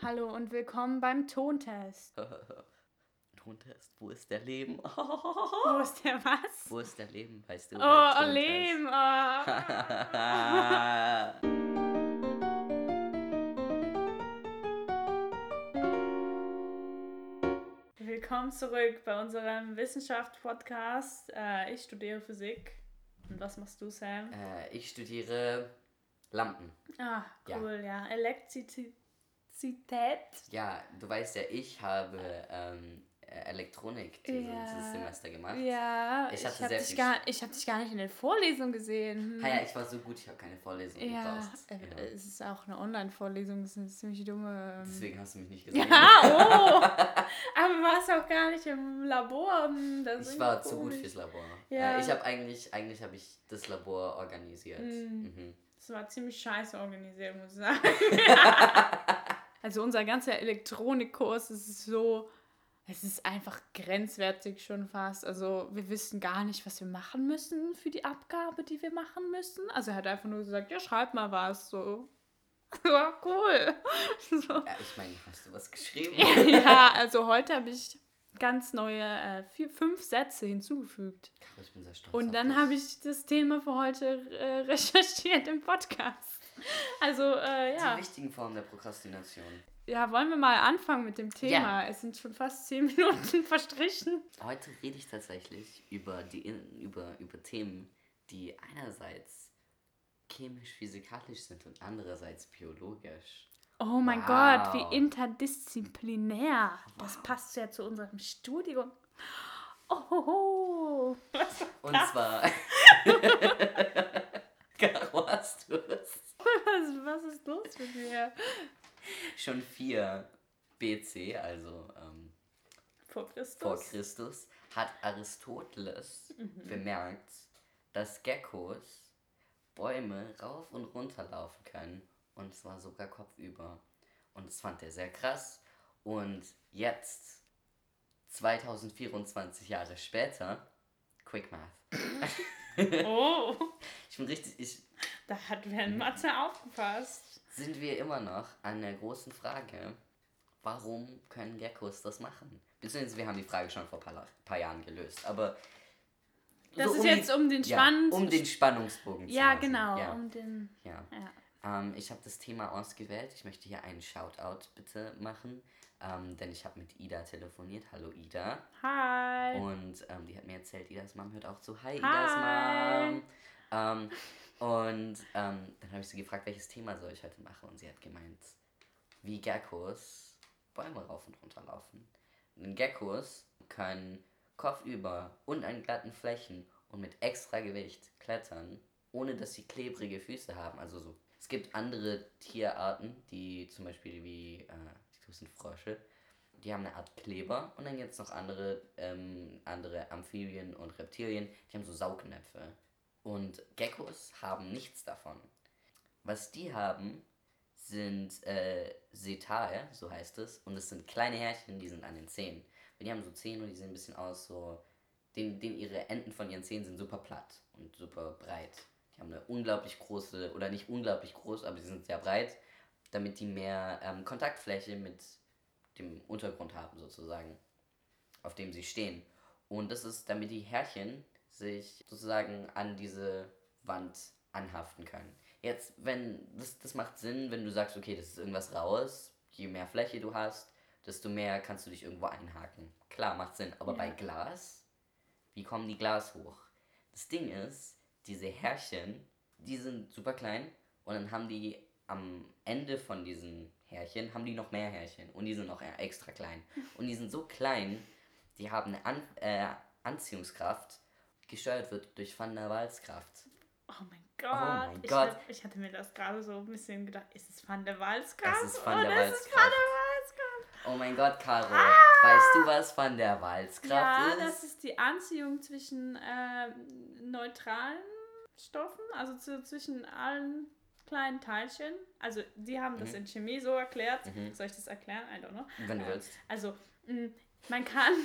Hallo und willkommen beim Tontest. Tontest, wo ist der Leben? Wo ist der was? Wo ist der Leben, weißt du? Oh, Leben. Willkommen zurück bei unserem Wissenschaftspodcast. Ich studiere Physik. Und was machst du, Sam? Ich studiere Lampen. Ah, cool, ja. Elektrizität. Ja, du weißt ja, ich habe Elektronik dieses Semester gemacht. Ja, ich habe dich gar nicht in den Vorlesungen gesehen. Ja, ich war so gut, ich habe keine Vorlesung gebraucht. Es ist auch eine Online-Vorlesung, das ist eine ziemlich dumme... Deswegen hast du mich nicht gesehen. Ja, oh! Aber du warst auch gar nicht im Labor. Ich war zu gut fürs Labor. Ja. Ich habe eigentlich habe ich das Labor organisiert. Das war ziemlich scheiße organisiert, muss ich sagen. Also unser ganzer Elektronikkurs ist so, es ist einfach grenzwertig schon fast. Also wir wissen gar nicht, was wir machen müssen für die Abgabe, die wir machen müssen. Also er hat einfach nur gesagt, ja, schreib mal was. So, cool. So. Ja, ich meine, hast du was geschrieben? Ja, also heute habe ich ganz neue 5 Sätze hinzugefügt. Ich bin sehr stolz. Und dann habe ich das Thema für heute recherchiert im Podcast. Also, ja. Die wichtigen Formen der Prokrastination. Ja, wollen wir mal anfangen mit dem Thema? Ja. Es sind schon fast 10 Minuten verstrichen. Heute rede ich tatsächlich über Themen, die einerseits chemisch-physikalisch sind und andererseits biologisch. Oh mein Gott, wie interdisziplinär. Wow. Das passt ja zu unserem Studium. Oh. Und zwar... Caro, hast du es? Was ist los mit mir? Schon 4 BC, also vor Christus, hat Aristoteles bemerkt, dass Geckos Bäume rauf und runter laufen können. Und zwar sogar kopfüber. Und das fand er sehr krass. Und jetzt, 2024 Jahre später, Quick Math. Oh. Ich bin richtig... Da hat wer in Mathe aufgepasst. Sind wir immer noch an der großen Frage, warum können Geckos das machen? Beziehungsweise wir haben die Frage schon vor ein paar Jahren gelöst, aber... Das so ist jetzt um den Spannungsbogen zu machen. Genau, ja. um den... Ja. Ich habe das Thema ausgewählt. Ich möchte hier einen Shoutout bitte machen, denn ich habe mit Ida telefoniert. Hallo Ida. Hi. Und die hat mir erzählt, Idas Mom hört auch zu. Hi, Idas Mom. Und dann habe ich sie gefragt, welches Thema soll ich heute machen? Und sie hat gemeint, wie Geckos Bäume rauf und runter laufen. Und Geckos können kopfüber und an glatten Flächen und mit extra Gewicht klettern, ohne dass sie klebrige Füße haben. Also so. Es gibt andere Tierarten, die zum Beispiel wie die großen Frösche, die haben eine Art Kleber. Und dann gibt es noch andere Amphibien und Reptilien, die haben so Saugnäpfe. Und Geckos haben nichts davon. Was die haben, sind Setae, so heißt es. Und es sind kleine Härchen, die sind an den Zähnen. Die haben so Zähne und die sehen ein bisschen aus so... ihre Enden von ihren Zähnen sind super platt und super breit. Die haben eine unglaublich große, oder nicht unglaublich groß, aber sie sind sehr breit, damit die mehr Kontaktfläche mit dem Untergrund haben, sozusagen, auf dem sie stehen. Und das ist, damit die Härchen sich sozusagen an diese Wand anhaften können. Jetzt, das macht Sinn, wenn du sagst, okay, das ist irgendwas raus, je mehr Fläche du hast, desto mehr kannst du dich irgendwo einhaken. Klar, macht Sinn, aber bei Glas, wie kommen die Glas hoch? Das Ding ist, diese Härchen, die sind super klein und dann haben die am Ende von diesen Härchen, haben die noch mehr Härchen und die sind noch extra klein. Und die sind so klein, die haben eine Anziehungskraft, gesteuert wird durch Van der Waals-Kraft. Oh mein Gott. Ich hatte mir das gerade so ein bisschen gedacht, ist es Van der Waals-Kraft? Es ist Van der Waals-Kraft. Oh mein Gott, Caro, weißt du, was Van der Waals-Kraft ist? Ja, das ist die Anziehung zwischen neutralen Stoffen, also zwischen allen kleinen Teilchen. Also, die haben das in Chemie so erklärt. Soll ich das erklären? I don't know. Wenn du willst. Also, man kann...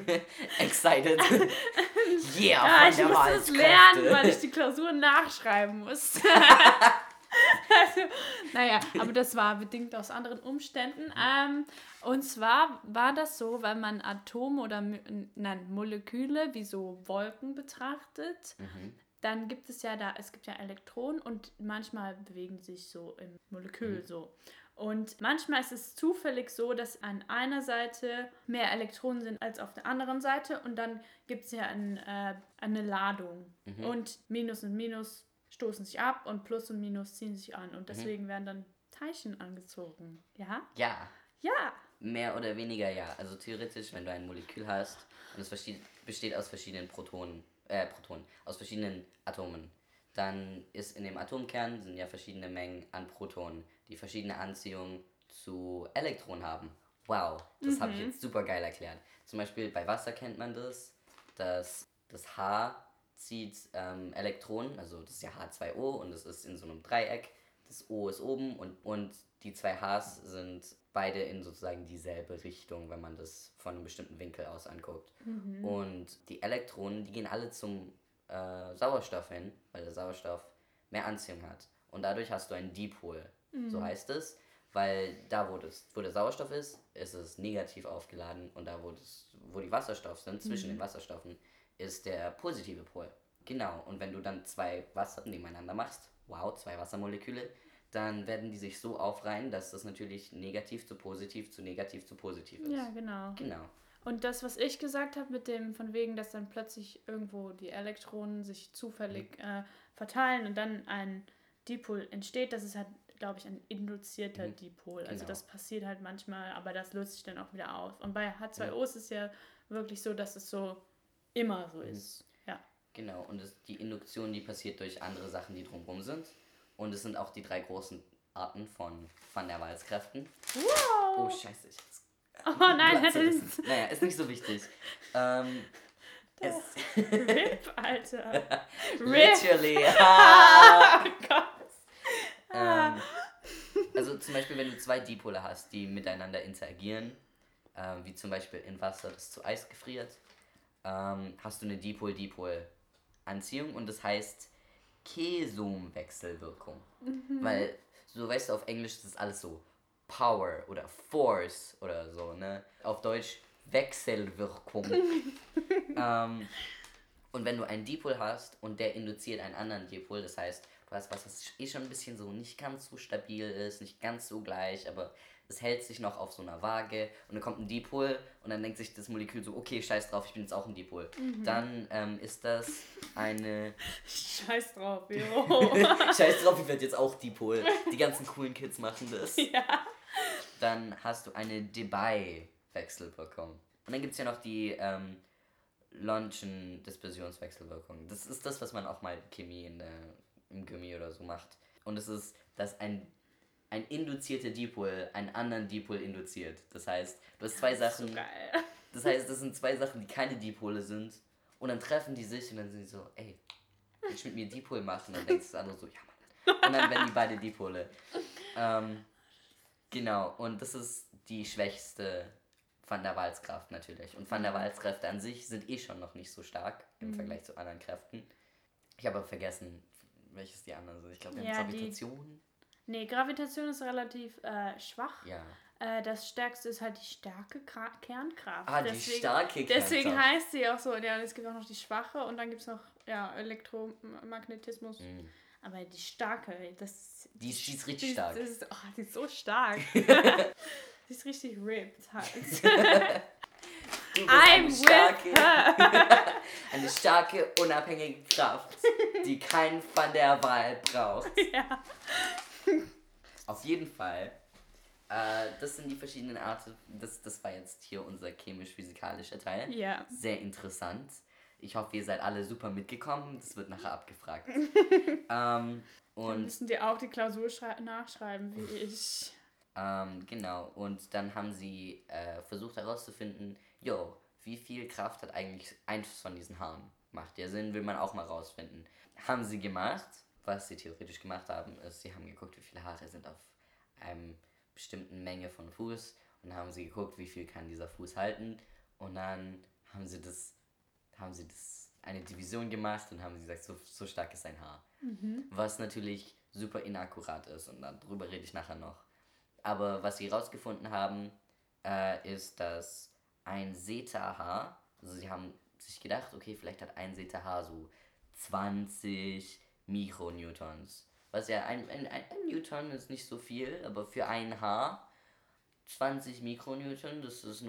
Excited. Yeah, ich muss das lernen, weil ich die Klausuren nachschreiben muss. Also, naja, aber das war bedingt aus anderen Umständen. Und zwar war das so, wenn man Atome oder Moleküle wie so Wolken betrachtet, dann gibt es ja es gibt ja Elektronen und manchmal bewegen sie sich so im Molekül so. Und manchmal ist es zufällig so, dass an einer Seite mehr Elektronen sind als auf der anderen Seite und dann gibt es ja eine Ladung. Und Minus und Minus stoßen sich ab und Plus und Minus ziehen sich an und deswegen werden dann Teilchen angezogen. Ja? Ja. Ja. Mehr oder weniger ja. Also theoretisch, wenn du ein Molekül hast und es besteht aus verschiedenen Protonen, aus verschiedenen Atomen, dann ist in dem Atomkern sind ja verschiedene Mengen an Protonen, die verschiedene Anziehung zu Elektronen haben. Wow, das habe ich jetzt super geil erklärt. Zum Beispiel bei Wasser kennt man das, dass das H zieht Elektronen, also das ist ja H2O und es ist in so einem Dreieck. Das O ist oben und die zwei Hs sind beide in sozusagen dieselbe Richtung, wenn man das von einem bestimmten Winkel aus anguckt. Und die Elektronen, die gehen alle zum Sauerstoff hin, weil der Sauerstoff mehr Anziehung hat. Und dadurch hast du einen Dipol, so heißt es, weil da, wo der Sauerstoff ist es negativ aufgeladen und da, wo die Wasserstoffe sind, zwischen den Wasserstoffen, ist der positive Pol. Genau, und wenn du dann zwei Wasser nebeneinander machst, wow, zwei Wassermoleküle, dann werden die sich so aufreihen, dass das natürlich negativ zu positiv zu negativ zu positiv ist. Ja, genau. Genau. Und das, was ich gesagt habe, mit dem von wegen, dass dann plötzlich irgendwo die Elektronen sich zufällig verteilen und dann ein Dipol entsteht, das ist halt, glaube ich, ein induzierter Dipol. Also das passiert halt manchmal, aber das löst sich dann auch wieder auf. Und bei H2O ist es ja wirklich so, dass es so immer so ist. Ja. Genau, und die Induktion, die passiert durch andere Sachen, die drumherum sind. Und es sind auch die drei großen Arten von Van der Waals-Kräften. Wow! Oh, scheiße, ich hab's. Oh nein, das ist... Naja, ist nicht so wichtig. RIP, Alter. RIP. Literally. Oh Gott. Also zum Beispiel, wenn du zwei Dipole hast, die miteinander interagieren, wie zum Beispiel in Wasser, das zu Eis gefriert, hast du eine Dipol-Dipol-Anziehung und das heißt Kesum-Wechselwirkung. Weil, so weißt du, auf Englisch ist das alles so Power oder Force oder so, ne? Auf Deutsch Wechselwirkung. Und wenn du einen Dipol hast und der induziert einen anderen Dipol, das heißt, du hast was schon ein bisschen so nicht ganz so stabil ist, nicht ganz so gleich, aber es hält sich noch auf so einer Waage und dann kommt ein Dipol und dann denkt sich das Molekül so, okay, scheiß drauf, ich bin jetzt auch ein Dipol. Dann ist das eine... Scheiß drauf, jo. Scheiß drauf, ich werde jetzt auch Dipol. Die ganzen coolen Kids machen das. Ja. Dann hast du eine Debye-Wechselwirkung. Und dann gibt es ja noch die Lonschen-Dispersionswechselwirkung. Das ist das, was man auch mal Chemie im Gummi oder so macht. Und es ist, dass ein induzierter Dipol einen anderen Dipol induziert. Das heißt, du hast zwei Sachen. So geil. Das heißt, das sind zwei Sachen, die keine Dipole sind. Und dann treffen die sich und dann sind sie so, ey, willst du mit mir Dipol machen? Und dann denkst du das andere so, ja Mann. Und dann werden die beide Dipole. Genau, und das ist die schwächste Van der Waals-Kraft natürlich. Und Van der Waals-Kräfte an sich sind schon noch nicht so stark im Vergleich zu anderen Kräften. Ich habe aber vergessen, welches die anderen sind. Ich glaube, wir haben Gravitation. Nee, Gravitation ist relativ schwach. Ja. Das Stärkste ist halt die starke Kernkraft. Die starke Kernkraft. Deswegen heißt sie auch so. Ja, und es gibt auch noch die schwache und dann gibt es noch Elektromagnetismus. Aber die starke, die ist richtig stark. Die ist so stark. Die ist richtig ripped halt. Eine starke, unabhängige Kraft, die kein Van der Waal braucht. Ja. Auf jeden Fall. Das sind die verschiedenen Arten. Das war jetzt hier unser chemisch-physikalischer Teil. Ja. Sehr interessant. Ich hoffe, ihr seid alle super mitgekommen. Das wird nachher abgefragt. Dann müssen die auch die Klausur nachschreiben, wie ich. Genau. Und dann haben sie versucht herauszufinden, wie viel Kraft hat eigentlich eins von diesen Haaren? Macht ja Sinn, will man auch mal rausfinden. Haben sie gemacht. Was sie theoretisch gemacht haben, ist, sie haben geguckt, wie viele Haare sind auf einem bestimmten Menge von Fuß und haben sie geguckt, wie viel kann dieser Fuß halten und dann haben sie eine Division gemacht und haben sie gesagt, so stark ist ein Haar. Was natürlich super inakkurat ist und darüber rede ich nachher noch. Aber was sie rausgefunden haben, ist, dass ein Zeta-Haar, also sie haben sich gedacht, okay, vielleicht hat ein Zeta-Haar so 20 Mikronewtons. Was ja, ein Newton ist nicht so viel, aber für ein Haar 20 Mikronewton, das ist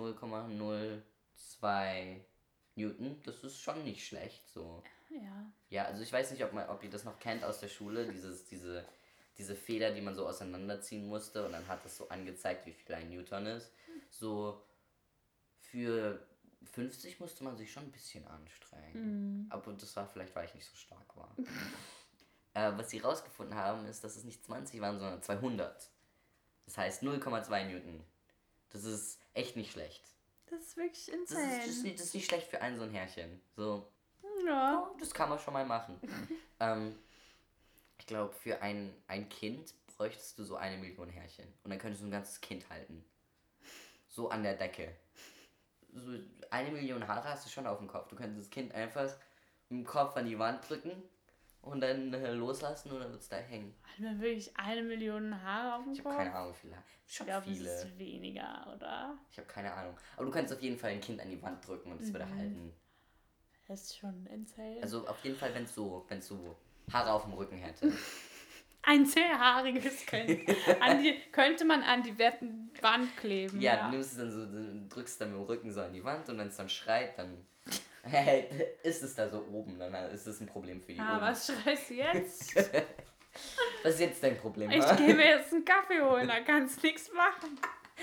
0,02 Newton, das ist schon nicht schlecht, so. Ja. Ja, also ich weiß nicht, ob ihr das noch kennt aus der Schule, diese Feder, die man so auseinanderziehen musste und dann hat das so angezeigt, wie viel ein Newton ist. So für 50 musste man sich schon ein bisschen anstrengen. Aber das war vielleicht, weil ich nicht so stark war. Was sie rausgefunden haben, ist, dass es nicht 20 waren, sondern 200. Das heißt 0,2 Newton. Das ist echt nicht schlecht. Das ist wirklich insane. Das ist nicht schlecht für so ein Härchen. So. Ja. Oh, das kann man schon mal machen. Ich glaube, für ein Kind bräuchtest du so 1 Million Härchen. Und dann könntest du ein ganzes Kind halten. So an der Decke. So 1 Million Haare hast du schon auf dem Kopf. Du könntest das Kind einfach mit dem Kopf an die Wand drücken und dann loslassen und dann wird es da hängen. Hat man wirklich 1 Million Haare auf dem Kopf? Ich habe keine Ahnung, wie viele Haare. Schon ich glaube, viele. das ist weniger, oder? Ich habe keine Ahnung. Aber du kannst auf jeden Fall ein Kind an die Wand drücken und es würde halten. Das ist schon insane. Also auf jeden Fall, wenn es so Haare auf dem Rücken hätte. Ein sehr haariges Kind. Könnte man an die Wand kleben. Ja, du nimmst es dann so, du drückst dann mit dem Rücken so an die Wand und wenn es dann schreit, dann ist es da so oben. Dann ist es ein Problem für die Ohren. Was schreist du jetzt? Was ist jetzt dein Problem? Ich gehe mir jetzt einen Kaffee holen, da kannst du nichts machen.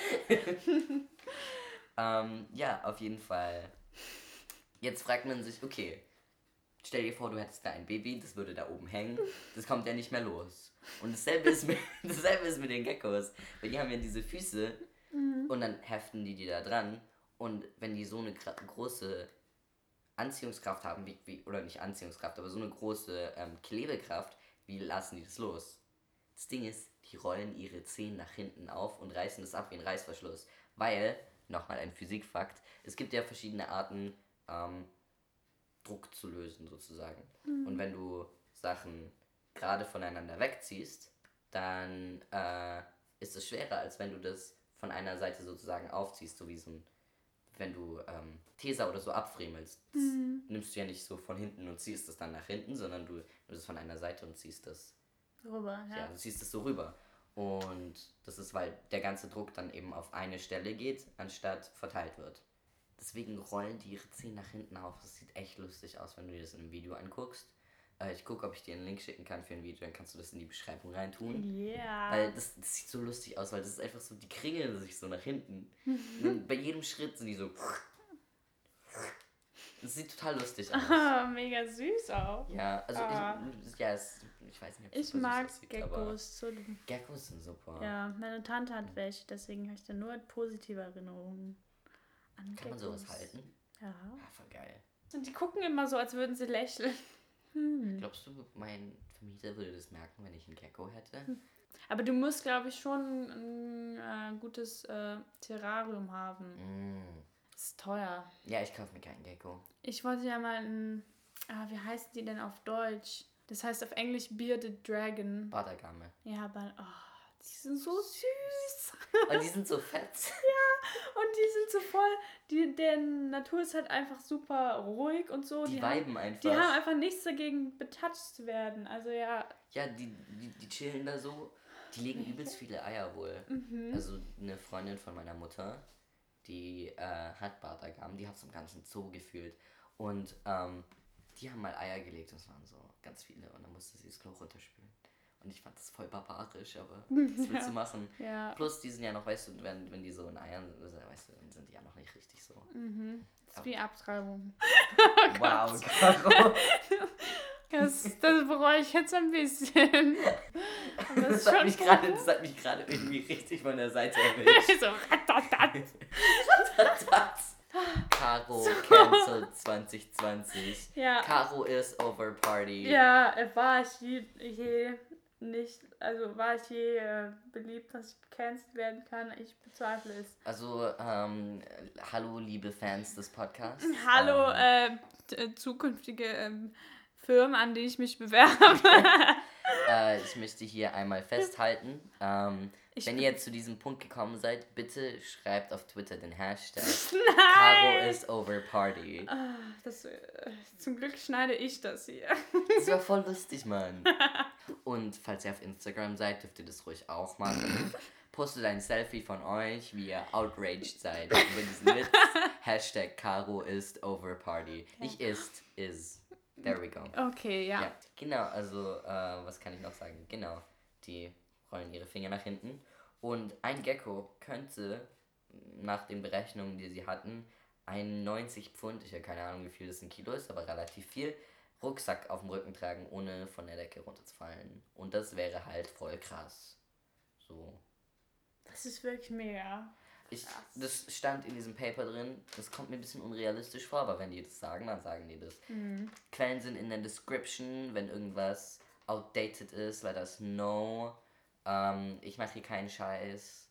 Ja, auf jeden Fall. Jetzt fragt man sich, okay, stell dir vor, du hättest da ein Baby, das würde da oben hängen, das kommt ja nicht mehr los. Und dasselbe ist mit den Geckos, weil die haben ja diese Füße und dann heften die da dran und wenn die so eine große Anziehungskraft haben, oder nicht Anziehungskraft, aber so eine große Klebekraft, wie lassen die das los? Das Ding ist, die rollen ihre Zehen nach hinten auf und reißen das ab wie ein Reißverschluss, weil, nochmal ein Physikfakt, es gibt ja verschiedene Arten, Druck zu lösen sozusagen. Und wenn du Sachen gerade voneinander wegziehst, dann ist es schwerer, als wenn du das von einer Seite sozusagen aufziehst, so wie so ein, wenn du Tesa oder so abfremelst. Das nimmst du ja nicht so von hinten und ziehst es dann nach hinten, sondern du nimmst es von einer Seite und ziehst das rüber. Ja, du ziehst es so rüber. Und das ist, weil der ganze Druck dann eben auf eine Stelle geht, anstatt verteilt wird. Deswegen rollen die ihre Zehen nach hinten auf. Das sieht echt lustig aus, wenn du dir das in einem Video anguckst. Ich gucke, ob ich dir einen Link schicken kann für ein Video, dann kannst du das in die Beschreibung reintun. Yeah. Weil das sieht so lustig aus, weil das ist einfach so, die kringeln sich so nach hinten. Und bei jedem Schritt sind die so. Das sieht total lustig aus. Mega süß auch. Ja, also ich weiß nicht, ob Ich mag Geckos. Geckos sind super. Ja, meine Tante hat welche, deswegen habe ich da nur positive Erinnerungen an Geckos. Kann man sowas halten? Ja. Voll geil. Und die gucken immer so, als würden sie lächeln. Glaubst du, mein Vermieter würde das merken, wenn ich einen Gecko hätte? Aber du musst, glaube ich, schon ein gutes Terrarium haben. Das ist teuer. Ja, ich kaufe mir keinen Gecko. Ich wollte ja mal wie heißen die denn auf Deutsch? Das heißt auf Englisch Bearded Dragon. Badagame. Ja, aber die sind so süß. Und die sind so fett. Ja, und die sind so voll, deren Natur ist halt einfach super ruhig und so. Die viben einfach. Die haben einfach nichts dagegen, betatscht zu werden. Also ja. Ja, die chillen da so. Die legen übelst viele Eier wohl. Also eine Freundin von meiner Mutter, die hat Badagam, die hat so einen ganzen Zoo gefühlt. Und die haben mal Eier gelegt und es waren so ganz viele. Und dann musste sie das Klo runterspülen. Und ich fand das voll barbarisch, aber was willst du machen? Ja. Plus, die sind ja noch, weißt du, wenn die so in Eiern sind, weißt du, dann sind die ja noch nicht richtig so. Das ist wie Abtreibung. Wow, Caro. Das bereue ich jetzt ein bisschen. Aber Das hat mich gerade irgendwie richtig von der Seite erwischt. So, Caro cancelled 2020. Ja. Caro is over party. Ja, war ich je nicht, also war ich je beliebt, dass ich gecancelt werden kann. Ich bezweifle es. Also, hallo liebe Fans des Podcasts. Hallo zukünftige Firmen, an die ich mich bewerbe. ich möchte hier einmal festhalten, wenn ihr zu diesem Punkt gekommen seid, bitte schreibt auf Twitter den Hashtag Caro is over Party. Zum Glück schneide ich das hier. Das war voll lustig, Mann. Und falls ihr auf Instagram seid, dürft ihr das ruhig auch machen. Postet ein Selfie von euch, wie ihr outraged seid über diesen Witz. Hashtag Caro is over Party. Nicht is. There we go. Okay, ja. Genau, also, was kann ich noch sagen? Genau, die rollen ihre Finger nach hinten. Und ein Gecko könnte, nach den Berechnungen, die sie hatten, einen 90 Pfund, ich habe keine Ahnung, wie viel das in Kilo ist, aber relativ viel, Rucksack auf dem Rücken tragen, ohne von der Decke runterzufallen. Und das wäre halt voll krass. So. Das ist wirklich mega. Das stand in diesem Paper drin, das kommt mir ein bisschen unrealistisch vor, aber wenn die das sagen, dann sagen die das. Quellen sind in der Description, wenn irgendwas outdated ist, let us know. Ich mache hier keinen Scheiß.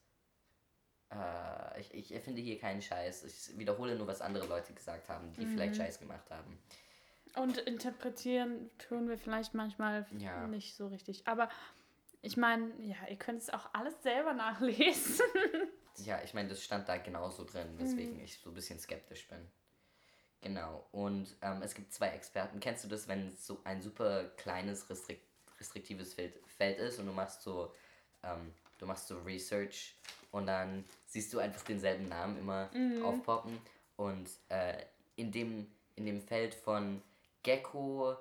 Ich erfinde hier keinen Scheiß. Ich wiederhole nur, was andere Leute gesagt haben, die vielleicht Scheiß gemacht haben. Und interpretieren tun wir vielleicht manchmal nicht so richtig. Aber ich meine, ja, ihr könnt es auch alles selber nachlesen. Ja, ich meine, das stand da genauso drin, weswegen ich so ein bisschen skeptisch bin. Genau, und es gibt 2 Experten. Kennst du das, wenn es so ein super kleines, restriktives Feld ist und du machst so Research und dann siehst du einfach denselben Namen immer aufpoppen und in dem Feld von Gecko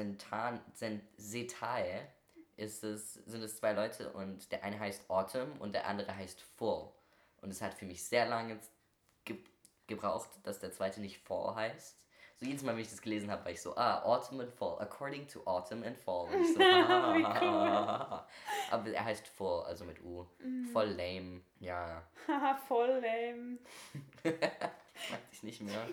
Setae sind es 2 Leute und der eine heißt Autumn und der andere heißt Full. Und es hat für mich sehr lange gebraucht, dass der zweite nicht Fall heißt. So jedes Mal, wenn ich das gelesen habe, war ich so, Autumn and Fall, according to Autumn and Fall. Und ich so, Wie cool. Aber er heißt Fall, also mit U. Voll lame, ja. Voll lame. Ich mag dich nicht mehr.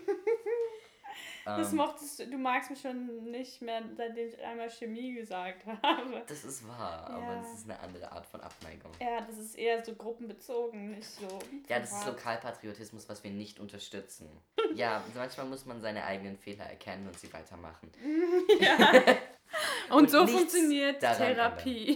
Du magst mich schon nicht mehr, seitdem ich einmal Chemie gesagt habe. Das ist wahr, aber das ist eine andere Art von Abneigung. Ja, das ist eher so gruppenbezogen, nicht so. Ja, das ist Lokalpatriotismus, was wir nicht unterstützen. Ja, manchmal muss man seine eigenen Fehler erkennen und sie weitermachen. Ja. Und so funktioniert Therapie.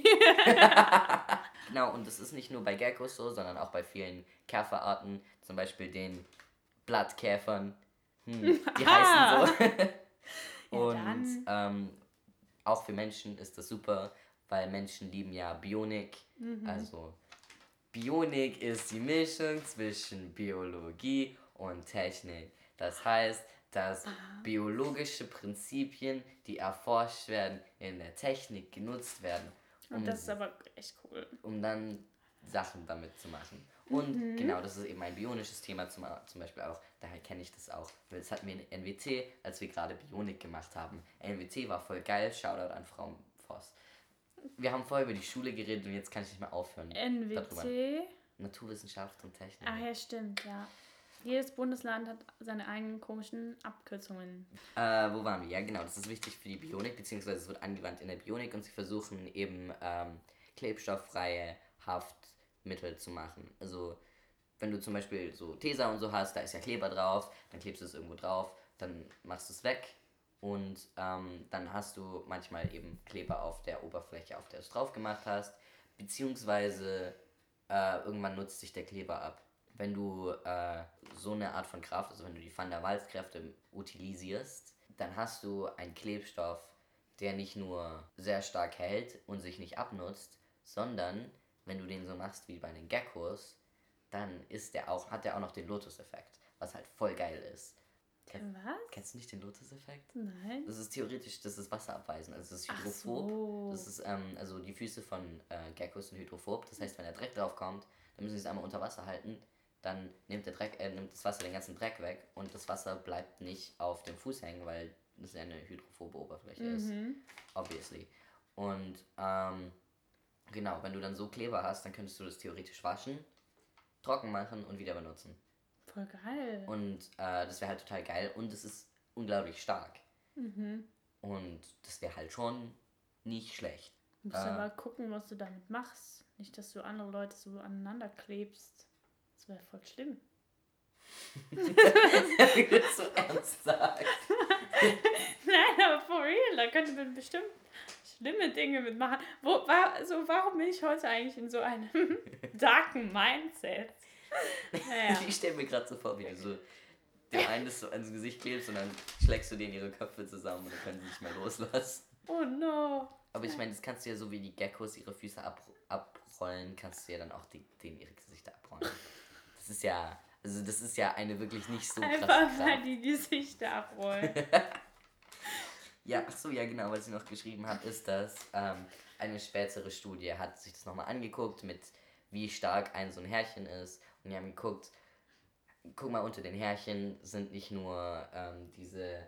Genau, und das ist nicht nur bei Geckos so, sondern auch bei vielen Käferarten, zum Beispiel den Blattkäfern. Die heißen so. Und auch für Menschen ist das super, weil Menschen lieben ja Bionik. Also Bionik ist die Mischung zwischen Biologie und Technik. Das heißt, dass biologische Prinzipien, die erforscht werden, in der Technik genutzt werden. Und das ist aber echt cool. Um dann Sachen damit zu machen. Und genau, das ist eben ein bionisches Thema zum Beispiel auch. Daher kenne ich das auch. Weil das hatten wir in NWT, als wir gerade Bionik gemacht haben. NWT war voll geil. Shoutout an Frau Voss. Wir haben vorher über die Schule geredet und jetzt kann ich nicht mehr aufhören. NWT? Darüber. Naturwissenschaft und Technik. Ach ja, stimmt, ja. Jedes Bundesland hat seine eigenen komischen Abkürzungen. Wo waren wir? Ja, genau. Das ist wichtig für die Bionik, beziehungsweise es wird angewandt in der Bionik und sie versuchen eben klebstofffreie Haftmittel zu machen. Also wenn du zum Beispiel so Tesa und so hast, da ist ja Kleber drauf, dann klebst du es irgendwo drauf, dann machst du es weg und dann hast du manchmal eben Kleber auf der Oberfläche, auf der du es drauf gemacht hast, beziehungsweise irgendwann nutzt sich der Kleber ab. Wenn du so eine Art von Kraft, also wenn du die Van der Waals-Kräfte utilisierst, dann hast du einen Klebstoff, der nicht nur sehr stark hält und sich nicht abnutzt, sondern wenn du den so machst wie bei den Geckos, dann hat der auch noch den Lotus-Effekt, was halt voll geil ist. Was? Kennst du nicht den Lotus-Effekt? Nein. Das ist theoretisch, das ist wasserabweisend, also das ist hydrophob. So. Das ist, also die Füße von Geckos sind hydrophob, das heißt, wenn der Dreck drauf kommt, dann müssen sie es einmal unter Wasser halten, dann nimmt das Wasser den ganzen Dreck weg und das Wasser bleibt nicht auf dem Fuß hängen, weil das ja eine hydrophobe Oberfläche ist. Obviously. Und genau, wenn du dann so Kleber hast, dann könntest du das theoretisch waschen, trocken machen und wieder benutzen. Voll geil. Und das wäre halt total geil und es ist unglaublich stark. Und das wäre halt schon nicht schlecht. Du musst aber gucken, was du damit machst. Nicht, dass du andere Leute so aneinander klebst. Das wäre voll schlimm. Wie du das so ernst sagst. Nein, aber for real, da könnte man bestimmt schlimme Dinge mitmachen. Warum bin ich heute eigentlich in so einem darken Mindset? Naja. Ich stelle mir gerade so vor, wie du so dem einen das so ans Gesicht klebst und dann schlägst du denen ihre Köpfe zusammen und dann können sie nicht mehr loslassen. Oh no. Aber ich meine, das kannst du ja so wie die Geckos ihre Füße abrollen, kannst du ja dann auch denen ihre Gesichter abrollen. Das ist ja eine wirklich nicht so krasse Einfach mal Kraft. die Gesichter abrollen. Ja, ach so, ja genau, was ich noch geschrieben habe, ist, dass eine spätere Studie hat sich das nochmal angeguckt, mit wie stark so ein Härchen ist. Und die haben geguckt, guck mal, unter den Härchen sind nicht nur diese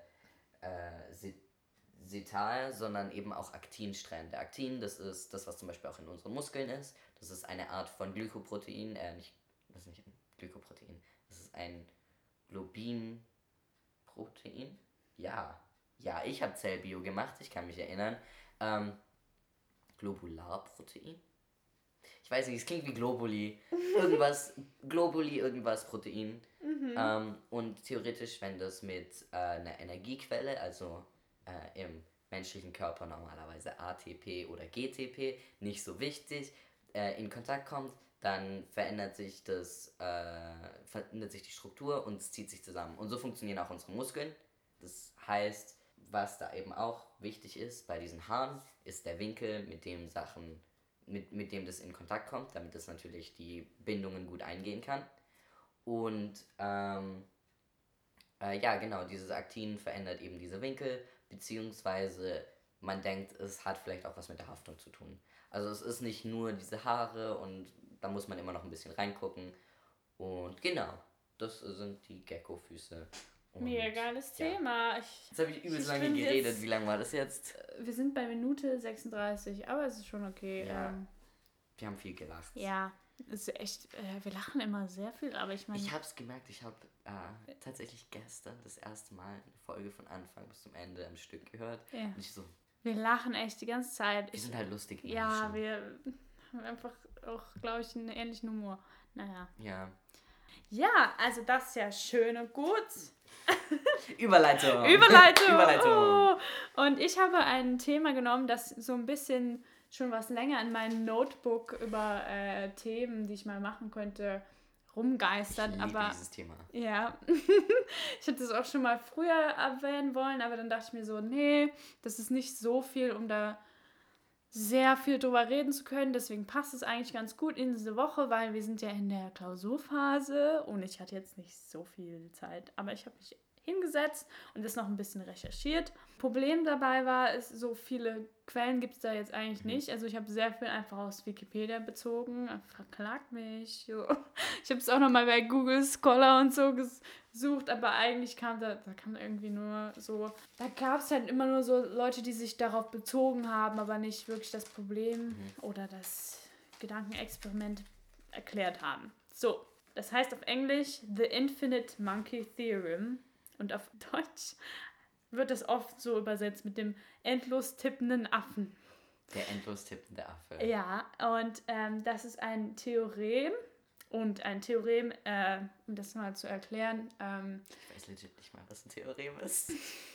Setal, sondern eben auch Aktinstrände. Aktin, das ist das, was zum Beispiel auch in unseren Muskeln ist. Das ist eine Art von Glykoprotein, das ist nicht ein Glykoprotein, das ist ein Globinprotein. Ja, ich habe Zellbio gemacht, ich kann mich erinnern. Globularprotein? Ich weiß nicht, es klingt wie Globuli. Irgendwas Protein. Und theoretisch, wenn das mit einer Energiequelle, also im menschlichen Körper normalerweise ATP oder GTP, nicht so wichtig, in Kontakt kommt, dann verändert sich die Struktur und es zieht sich zusammen. Und so funktionieren auch unsere Muskeln. Das heißt, was da eben auch wichtig ist bei diesen Haaren, ist der Winkel, mit dem das in Kontakt kommt, damit es natürlich die Bindungen gut eingehen kann. Und ja, genau, dieses Aktin verändert eben diese Winkel, beziehungsweise man denkt, es hat vielleicht auch was mit der Haftung zu tun. Also es ist nicht nur diese Haare und da muss man immer noch ein bisschen reingucken. Und genau, das sind die Gecko-Füße. Mega geiles Thema. Jetzt habe ich übelst lange geredet. Wie lange war das jetzt? Wir sind bei Minute 36, aber es ist schon okay. Ja. Wir haben viel gelacht. Ja, es ist echt, wir lachen immer sehr viel, aber ich meine... Ich habe es gemerkt, ich habe tatsächlich gestern das erste Mal eine Folge von Anfang bis zum Ende am Stück gehört. Ja. Und ich so... Wir lachen echt die ganze Zeit. Wir sind halt lustig Menschen. Ja, wir haben einfach auch, glaube ich, einen ähnlichen Humor. Naja. Ja. Ja, also das ist ja schön und gut. Überleitung. Oh. Und ich habe ein Thema genommen, das so ein bisschen schon was länger in meinem Notebook über Themen, die ich mal machen könnte, rumgeistert. Ich liebe dieses Thema. Ja, ich hätte es auch schon mal früher erwähnen wollen, aber dann dachte ich mir so, nee, das ist nicht so viel, um da sehr viel drüber reden zu können. Deswegen passt es eigentlich ganz gut in diese Woche, weil wir sind ja in der Klausurphase und ich hatte jetzt nicht so viel Zeit, aber ich habe mich hingesetzt und das noch ein bisschen recherchiert. Problem dabei war, so viele Quellen gibt es da jetzt eigentlich nicht. Also ich habe sehr viel einfach aus Wikipedia bezogen. Verklagt mich. So. Ich habe es auch nochmal bei Google Scholar und so gesucht, aber eigentlich kam da kam irgendwie nur so, da gab es halt immer nur so Leute, die sich darauf bezogen haben, aber nicht wirklich das Problem oder das Gedankenexperiment erklärt haben. So, das heißt auf Englisch The Infinite Monkey Theorem. Und auf Deutsch wird das oft so übersetzt mit dem endlos tippenden Affen. Der endlos tippende Affe. Ja, und das ist ein Theorem. Und ein Theorem, um das mal zu erklären. Ich weiß legit nicht mal, was ein Theorem ist.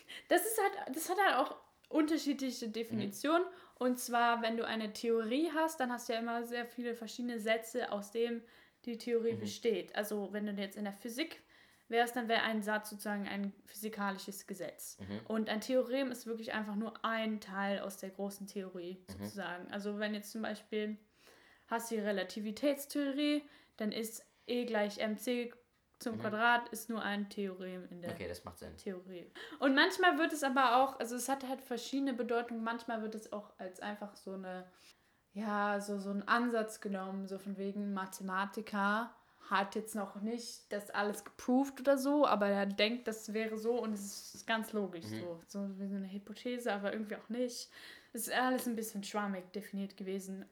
Das hat halt auch unterschiedliche Definitionen. Und zwar, wenn du eine Theorie hast, dann hast du ja immer sehr viele verschiedene Sätze, aus denen die Theorie besteht. Also wenn du jetzt in der Physik wärst, dann wäre ein Satz sozusagen ein physikalisches Gesetz. Und ein Theorem ist wirklich einfach nur ein Teil aus der großen Theorie sozusagen. Also wenn jetzt zum Beispiel hast du die Relativitätstheorie, dann ist E gleich mc zum Quadrat ist nur ein Theorem in der das macht Sinn. Theorie. Und manchmal wird es aber auch, also es hat halt verschiedene Bedeutungen, manchmal wird es auch als einfach so eine, ja, so ein Ansatz genommen, so von wegen Mathematiker hat jetzt noch nicht das alles geproved oder so, aber er denkt, das wäre so und es ist ganz logisch so wie so eine Hypothese, aber irgendwie auch nicht. Es ist alles ein bisschen schwammig definiert gewesen.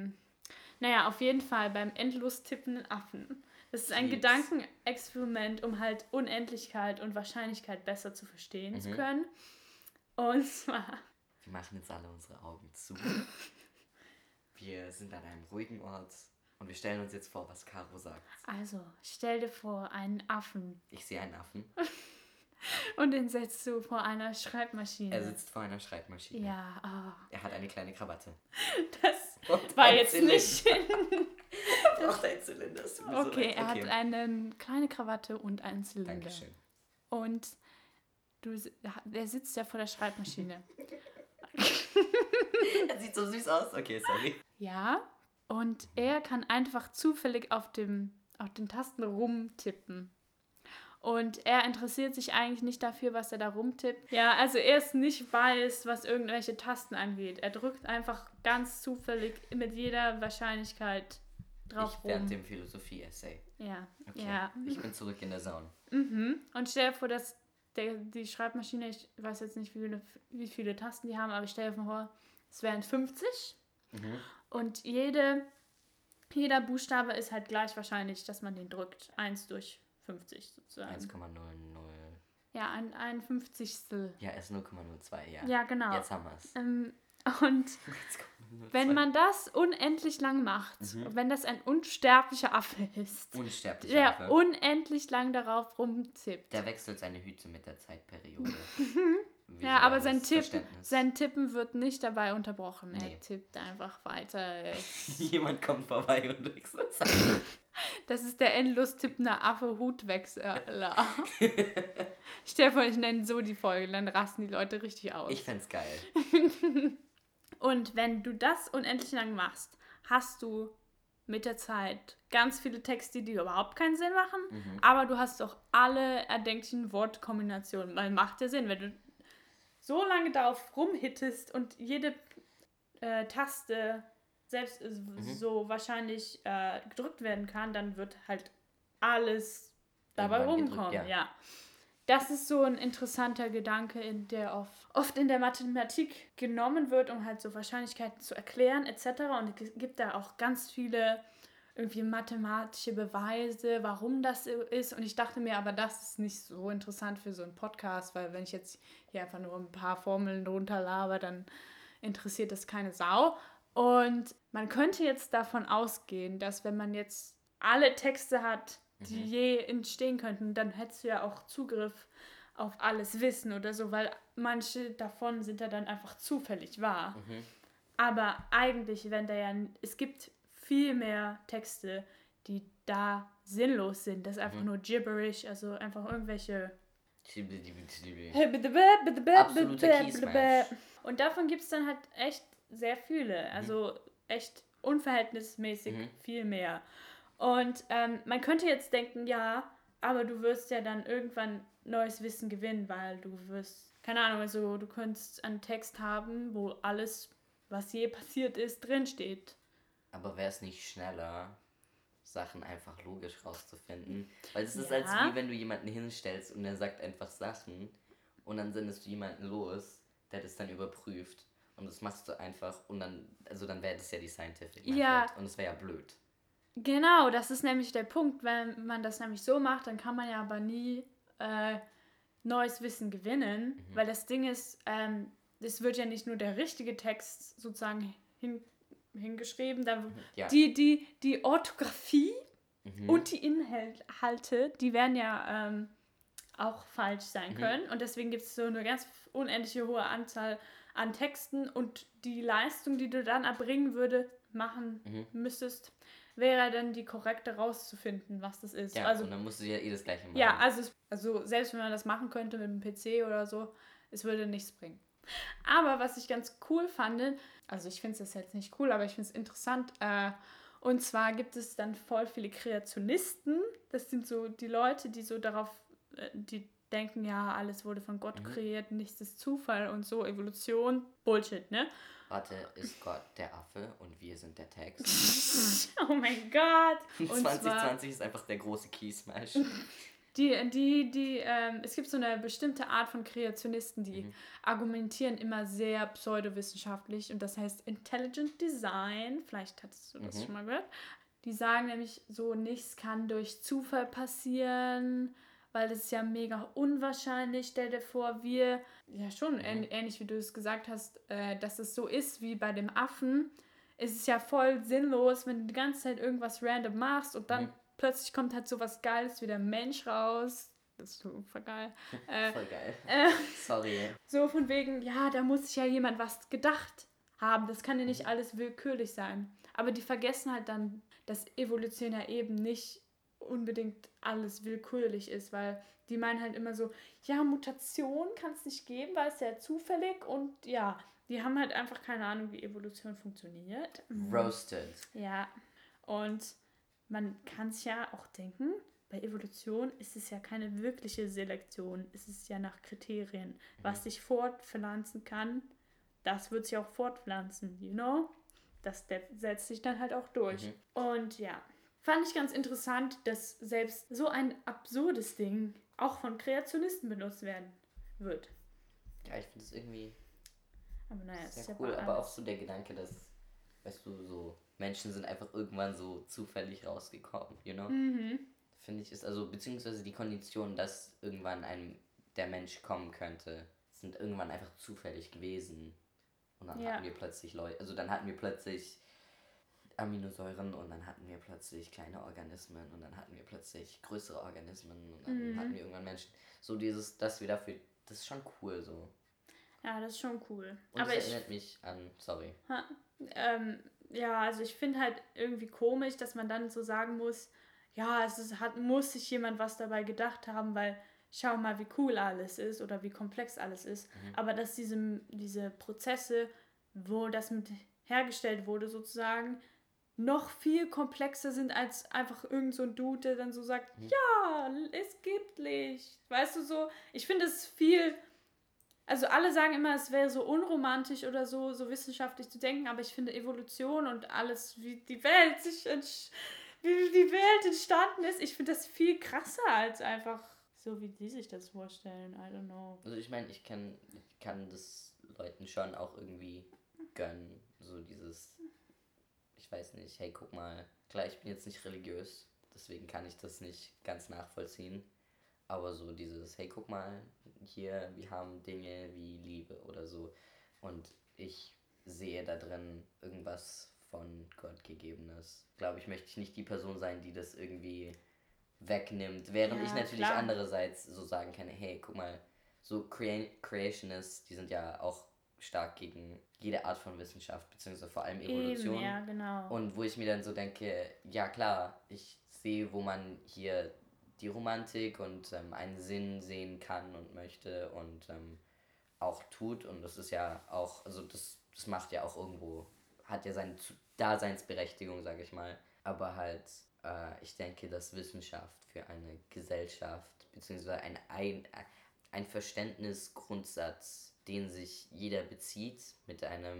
Naja, auf jeden Fall beim endlos tippenden Affen. Das ist ein Gedankenexperiment, um halt Unendlichkeit und Wahrscheinlichkeit besser zu verstehen zu können. Und zwar... Wir machen jetzt alle unsere Augen zu. Wir sind an einem ruhigen Ort. Und wir stellen uns jetzt vor, was Caro sagt. Also, stell dir vor, einen Affen. Ich sehe einen Affen. Und den setzt du vor einer Schreibmaschine. Er sitzt vor einer Schreibmaschine. Ja, Er hat eine kleine Krawatte. das Und war ein jetzt Zylinder. nicht... Er braucht einen Zylinder. Es tut mir so Okay, leid. er hat eine kleine Krawatte und einen Zylinder. Dankeschön. Und der sitzt ja vor der Schreibmaschine. Er sieht so süß aus. Okay, sorry. Ja, und er kann einfach zufällig auf den Tasten rumtippen. Und er interessiert sich eigentlich nicht dafür, was er da rumtippt. Ja, also er ist nicht weiß, was irgendwelche Tasten angeht. Er drückt einfach ganz zufällig mit jeder Wahrscheinlichkeit drauf Ich während rum. dem Philosophie-Essay. Ja, Okay. ja. Ich bin zurück in der Zone. Und stell dir vor, dass die Schreibmaschine, ich weiß jetzt nicht, wie viele Tasten die haben, aber ich stelle mir vor, es wären 50. Und jeder Buchstabe ist halt gleich wahrscheinlich, dass man den drückt. 1 durch 50 sozusagen. 1,00. Ja, ein 50stel. Ja, er ist 0,02, ja. Ja, genau. Jetzt haben wir es. Und wenn man das unendlich lang macht, wenn das ein unsterblicher Affe ist, Unsterblich. der unendlich lang darauf rumtippt. Der wechselt seine Hüte mit der Zeitperiode. Ja, aber Visuelles sein Tippen wird nicht dabei unterbrochen. Nee. Er tippt einfach weiter. Jemand kommt vorbei und wechselt. Das ist der endlos tippende Affe-Hutwechsler. Stell dir vor, ich nenne so die Folge, dann rasten die Leute richtig aus. Ich fänd's geil. Und wenn du das unendlich lang machst, hast du mit der Zeit ganz viele Texte, die überhaupt keinen Sinn machen, aber du hast auch alle erdenklichen Wortkombinationen, weil macht ja Sinn, wenn du so lange darauf rumhittest und jede Taste selbst so wahrscheinlich gedrückt werden kann, dann wird halt alles dabei Irgendwann rumkommen. gedrückt, Ja. Das ist so ein interessanter Gedanke, der oft in der Mathematik genommen wird, um halt so Wahrscheinlichkeiten zu erklären etc. Und es gibt da auch ganz viele irgendwie mathematische Beweise, warum das so ist. Und ich dachte mir, aber das ist nicht so interessant für so einen Podcast, weil wenn ich jetzt hier einfach nur ein paar Formeln runterlaber, dann interessiert das keine Sau. Und man könnte jetzt davon ausgehen, dass wenn man jetzt alle Texte hat, die je entstehen könnten, dann hättest du ja auch Zugriff auf alles Wissen oder so, weil manche davon sind ja dann einfach zufällig wahr. Aber eigentlich, es gibt viel mehr Texte, die da sinnlos sind. Das ist einfach nur gibberish, also einfach irgendwelche... Absoluter Keysmash. Und davon gibt es dann halt echt sehr viele, also echt unverhältnismäßig viel mehr. Und man könnte jetzt denken, ja, aber du wirst ja dann irgendwann neues Wissen gewinnen, weil du wirst, keine Ahnung, also du könntest einen Text haben, wo alles, was je passiert ist, drinsteht. Aber wäre es nicht schneller, Sachen einfach logisch rauszufinden? Weil es ist, Ja. als wie wenn du jemanden hinstellst und er sagt einfach Sachen und dann sendest du jemanden los, der das dann überprüft. Und das machst du einfach und dann wäre das ja die Scientific Method. Ja. Und es wäre ja blöd. Genau, das ist nämlich der Punkt. Wenn man das nämlich so macht, dann kann man ja aber nie neues Wissen gewinnen, weil das Ding ist, es wird ja nicht nur der richtige Text sozusagen hingeschrieben, Ja. die Orthographie und die Inhalte, die werden ja auch falsch sein können und deswegen gibt es so eine ganz unendliche hohe Anzahl an Texten und die Leistung, die du dann erbringen müsstest, wäre dann die korrekte rauszufinden, was das ist. Ja, also, und dann musst du ja das Gleiche machen. ja, also selbst wenn man das machen könnte mit einem PC oder so, es würde nichts bringen. Aber was ich ganz cool fand, also ich finde es jetzt nicht cool, aber ich finde es interessant, und zwar gibt es dann voll viele Kreationisten, das sind so die Leute, die so darauf, die denken, ja, alles wurde von Gott kreiert, nichts ist Zufall und so, Evolution, Bullshit, ne? Warte, ist Gott der Affe und wir sind der Text? Oh mein Gott! Und Und 2020 ist einfach der große Keysmash. es gibt so eine bestimmte Art von Kreationisten, die argumentieren immer sehr pseudowissenschaftlich und das heißt Intelligent Design, vielleicht hattest du das schon mal gehört. Die sagen nämlich so, nichts kann durch Zufall passieren, weil das ist ja mega unwahrscheinlich. Stell dir vor, ja schon, ähnlich wie du es gesagt hast, dass es so ist wie bei dem Affen. Es ist ja voll sinnlos, wenn du die ganze Zeit irgendwas random machst und dann plötzlich kommt halt so was Geiles wie der Mensch raus. Das ist super geil. Voll geil. Sorry. So von wegen, ja, da muss sich ja jemand was gedacht haben. Das kann ja nicht alles willkürlich sein. Aber die vergessen halt dann, dass Evolution ja eben nicht unbedingt alles willkürlich ist, weil die meinen halt immer so, ja, Mutation kann es nicht geben, weil es ja zufällig und ja, die haben halt einfach keine Ahnung, wie Evolution funktioniert. Roasted. Ja, und man kann es ja auch denken, bei Evolution ist es ja keine wirkliche Selektion, es ist ja nach Kriterien. Was sich fortpflanzen kann, das wird sich auch fortpflanzen, you know? Das setzt sich dann halt auch durch. Und ja, fand ich ganz interessant, dass selbst so ein absurdes Ding auch von Kreationisten benutzt werden wird. Ja, ich finde es irgendwie Aber naja, es ist sehr ja cool, bei aber auch alles. so der Gedanke, dass, weißt du, so Menschen sind einfach irgendwann so zufällig rausgekommen, you know? Finde ich, ist also, beziehungsweise die Konditionen, dass irgendwann der Mensch kommen könnte, sind irgendwann einfach zufällig gewesen. Und dann Ja. hatten wir plötzlich Leute, also dann hatten wir plötzlich Aminosäuren und dann hatten wir plötzlich kleine Organismen und dann hatten wir plötzlich größere Organismen und dann hatten wir irgendwann Menschen. So das ist schon cool so. Ja, das ist schon cool. Und Aber es erinnert mich an, sorry. Ja, also ich finde halt irgendwie komisch, dass man dann so sagen muss, ja, muss sich jemand was dabei gedacht haben, weil schau mal, wie cool alles ist oder wie komplex alles ist. Aber dass diese Prozesse, wo das mit hergestellt wurde sozusagen, noch viel komplexer sind als einfach irgend so ein Dude, der dann so sagt, ja, es gibt Licht. Weißt du so, ich finde es viel... Also alle sagen immer, es wäre so unromantisch oder so wissenschaftlich zu denken, aber ich finde Evolution und alles, wie die Welt entstanden ist, ich finde das viel krasser als einfach so, wie die sich das vorstellen. I don't know. Also ich meine, ich kann das Leuten schon auch irgendwie gönnen. So dieses, ich weiß nicht, hey, guck mal, klar, ich bin jetzt nicht religiös, deswegen kann ich das nicht ganz nachvollziehen. Aber so dieses, hey, guck mal, hier, wir haben Dinge wie Liebe oder so. Und ich sehe da drin irgendwas von Gott Gegebenes. Glaube ich, möchte ich nicht die Person sein, die das irgendwie wegnimmt. Während Ja, ich natürlich klar. andererseits so sagen kann, hey, guck mal, so Creationists, die sind ja auch stark gegen jede Art von Wissenschaft, beziehungsweise vor allem Evolution. Eben, ja, genau. Und wo ich mir dann so denke, ja klar, ich sehe, wo man hier die Romantik und einen Sinn sehen kann und möchte und auch tut. Und das ist ja auch, also das macht ja auch irgendwo, hat ja seine Daseinsberechtigung, sage ich mal. Aber halt, ich denke, dass Wissenschaft für eine Gesellschaft, beziehungsweise ein Verständnisgrundsatz, den sich jeder bezieht, mit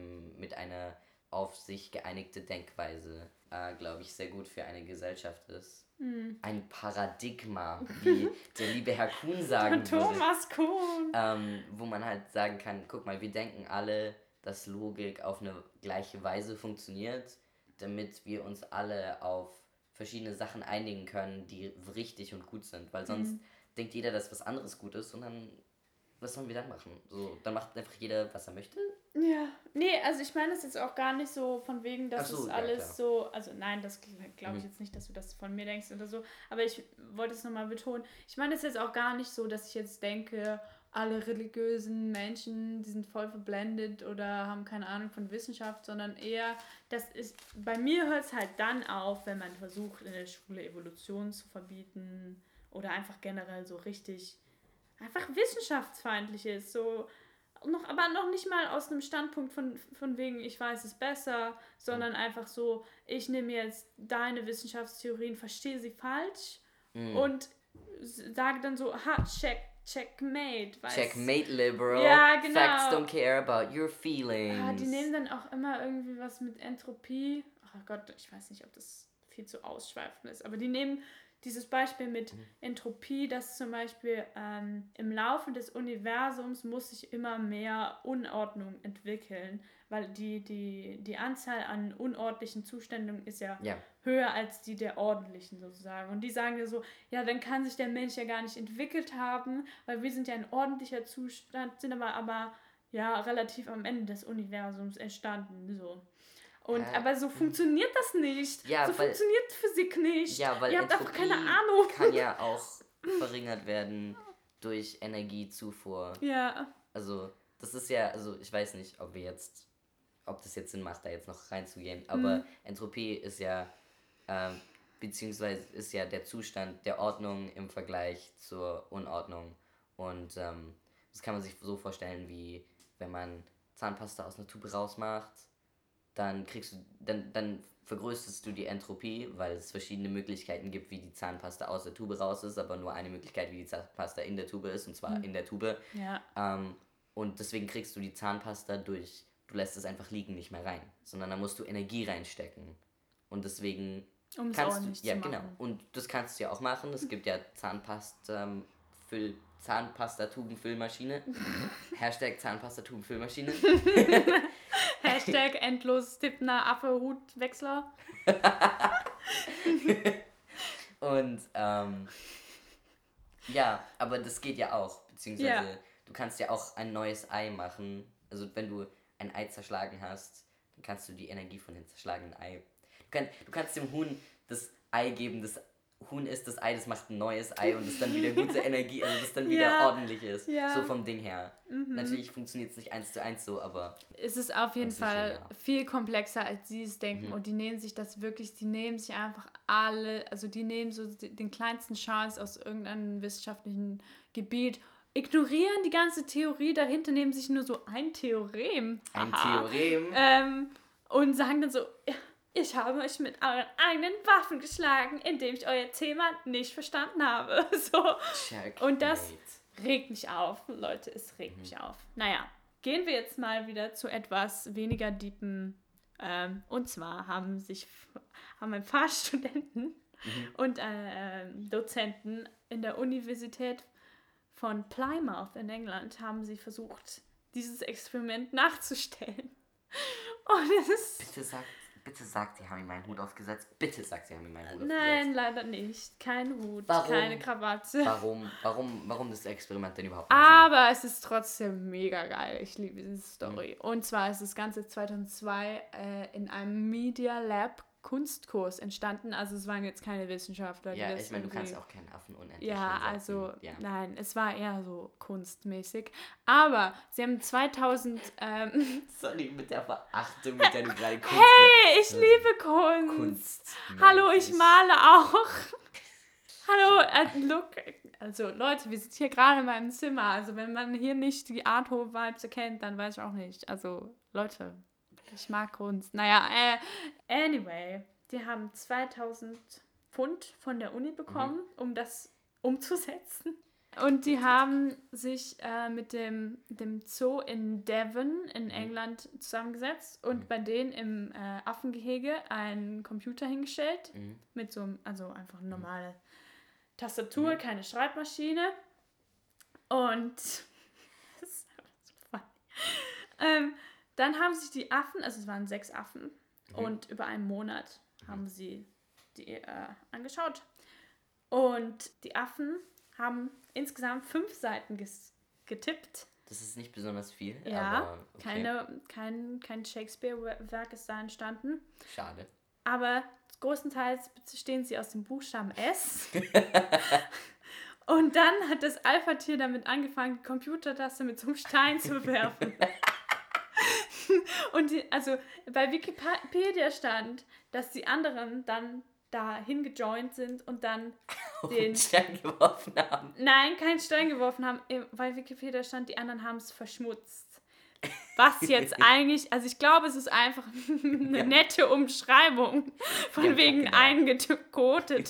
einer auf sich geeinigte Denkweise, glaube ich, sehr gut für eine Gesellschaft ist. Ein Paradigma, wie der liebe Herr Kuhn sagen würde. Thomas Kuhn. Wo man halt sagen kann, guck mal, wir denken alle, dass Logik auf eine gleiche Weise funktioniert, damit wir uns alle auf verschiedene Sachen einigen können, die richtig und gut sind. Weil sonst denkt jeder, dass was anderes gut ist und dann, was sollen wir dann machen? So, dann macht einfach jeder, was er möchte. Ja, nee, also ich meine das jetzt auch gar nicht so von wegen, dass Ach so, es ja, alles klar. so, also nein, das glaube ich jetzt nicht, dass du das von mir denkst oder so, aber ich wollte es nochmal betonen, ich meine es jetzt auch gar nicht so, dass ich jetzt denke, alle religiösen Menschen, die sind voll verblendet oder haben keine Ahnung von Wissenschaft, sondern eher, bei mir hört es halt dann auf, wenn man versucht in der Schule Evolution zu verbieten oder einfach generell so richtig einfach wissenschaftsfeindlich ist, so aber noch nicht mal aus einem Standpunkt von wegen, ich weiß es besser, sondern einfach so, ich nehme jetzt deine Wissenschaftstheorien, verstehe sie falsch und sage dann so, checkmate. Checkmate, liberal. Ja, genau. Facts don't care about your feelings. Die nehmen dann auch immer irgendwie was mit Entropie. Oh Gott, ich weiß nicht, ob das viel zu ausschweifend ist, aber die nehmen dieses Beispiel mit Entropie, dass zum Beispiel im Laufe des Universums muss sich immer mehr Unordnung entwickeln, weil die Anzahl an unordentlichen Zuständen ist ja höher als die der ordentlichen sozusagen. Und die sagen ja so, ja, dann kann sich der Mensch ja gar nicht entwickelt haben, weil wir sind ja ein ordentlicher Zustand, sind aber ja relativ am Ende des Universums entstanden, so. Und, aber so funktioniert das nicht. Ja, so funktioniert Physik nicht. Ja, weil ihr habt Entropie einfach keine Ahnung. kann ja auch verringert werden durch Energiezufuhr. Ja. Also, das ist ja, also ich weiß nicht, ob das jetzt Sinn macht, da jetzt noch reinzugehen, aber Entropie ist ja, beziehungsweise ist ja der Zustand der Ordnung im Vergleich zur Unordnung. Und das kann man sich so vorstellen, wie wenn man Zahnpasta aus einer Tube rausmacht, dann dann vergrößerst du die Entropie, weil es verschiedene Möglichkeiten gibt, wie die Zahnpasta aus der Tube raus ist, aber nur eine Möglichkeit, wie die Zahnpasta in der Tube ist, und zwar in der Tube. Ja. Und deswegen kriegst du die Zahnpasta du lässt es einfach liegen, nicht mehr rein, sondern da musst du Energie reinstecken. Und deswegen Um es kannst du, ordentlich ja zu genau, machen. und das kannst du ja auch machen. Es gibt ja Zahnpastatubenfüllmaschine. Hashtag Zahnpastatubenfüllmaschine. Hashtag endlos tippender Affe Hutwechsler. Und ja, aber das geht ja auch, beziehungsweise du kannst ja auch ein neues Ei machen. Also wenn du ein Ei zerschlagen hast, dann kannst du die Energie von dem zerschlagenen Ei. Du kannst dem Huhn das Ei geben, das Huhn isst das Ei, das macht ein neues Ei und das dann wieder gute Energie, also das dann wieder ordentlich ist. Ja. So vom Ding her. Natürlich funktioniert es nicht 1:1 so, aber Es ist auf jeden Das ist schon, Fall ja. viel komplexer, als sie es denken. Und die nehmen sich das wirklich, die nehmen sich einfach alle, also die nehmen so den kleinsten Scheiß aus irgendeinem wissenschaftlichen Gebiet, ignorieren die ganze Theorie dahinter, nehmen sich nur so ein Theorem. ein Haha. Theorem. Und sagen dann so, ja, ich habe euch mit euren eigenen Waffen geschlagen, indem ich euer Thema nicht verstanden habe. So. Und das regt mich auf, Leute, es regt mich auf. Naja, gehen wir jetzt mal wieder zu etwas weniger deepen. Und zwar haben ein paar Studenten und Dozenten in der Universität von Plymouth in England haben sie versucht, dieses Experiment nachzustellen. Und es ist... Bitte sagt, sie haben ihm meinen Hut aufgesetzt. Bitte sagt, sie haben ihm meinen Hut Nein, aufgesetzt. leider nicht. Kein Hut, Warum? keine Krawatte. Warum das Experiment denn überhaupt nicht? Aber es ist trotzdem mega geil. Ich liebe diese Story. Und zwar ist das Ganze 2002 in einem Media Lab Kunstkurs entstanden. Also es waren jetzt keine Wissenschaftler. Ja, die das ich meine, du irgendwie- kannst auch keinen Affen unendlich Ja, hinsetzen. also Ja. nein, es war eher so kunstmäßig. Aber sie haben 2000... Sorry mit der Verachtung, mit der du gerade Kunst... hey, ich liebe Kunst. Hallo, ich male auch. Hallo, look. Also Leute, wir sind hier gerade in meinem Zimmer. Also wenn man hier nicht die Art Vibes erkennt, dann weiß ich auch nicht. Also Leute, ich mag Kunst. Naja, anyway, die haben 2000 Pfund von der Uni bekommen, um das umzusetzen. Und die haben sich mit dem Zoo in Devon in England zusammengesetzt und bei denen im Affengehege einen Computer hingestellt mit so einem, also einfach eine normale Tastatur, keine Schreibmaschine. Und das ist einfach so funny. Dann haben sich die Affen, also es waren 6 Affen, und über einen Monat haben sie die angeschaut. Und die Affen haben insgesamt 5 Seiten getippt. Das ist nicht besonders viel, Ja, aber okay. kein Shakespeare-Werk ist da entstanden. Schade. Aber größtenteils bestehen sie aus dem Buchstaben S. Und dann hat das Alpha-Tier damit angefangen, die Computertaste mit so einem Stein zu werfen. Und also bei Wikipedia stand, dass die anderen dann dahin gejoint sind und dann den Stein geworfen haben. Nein, keinen Stein geworfen haben, weil Wikipedia stand, die anderen haben es verschmutzt. Was jetzt eigentlich, also ich glaube, es ist einfach eine nette Umschreibung, von wegen eingekotet.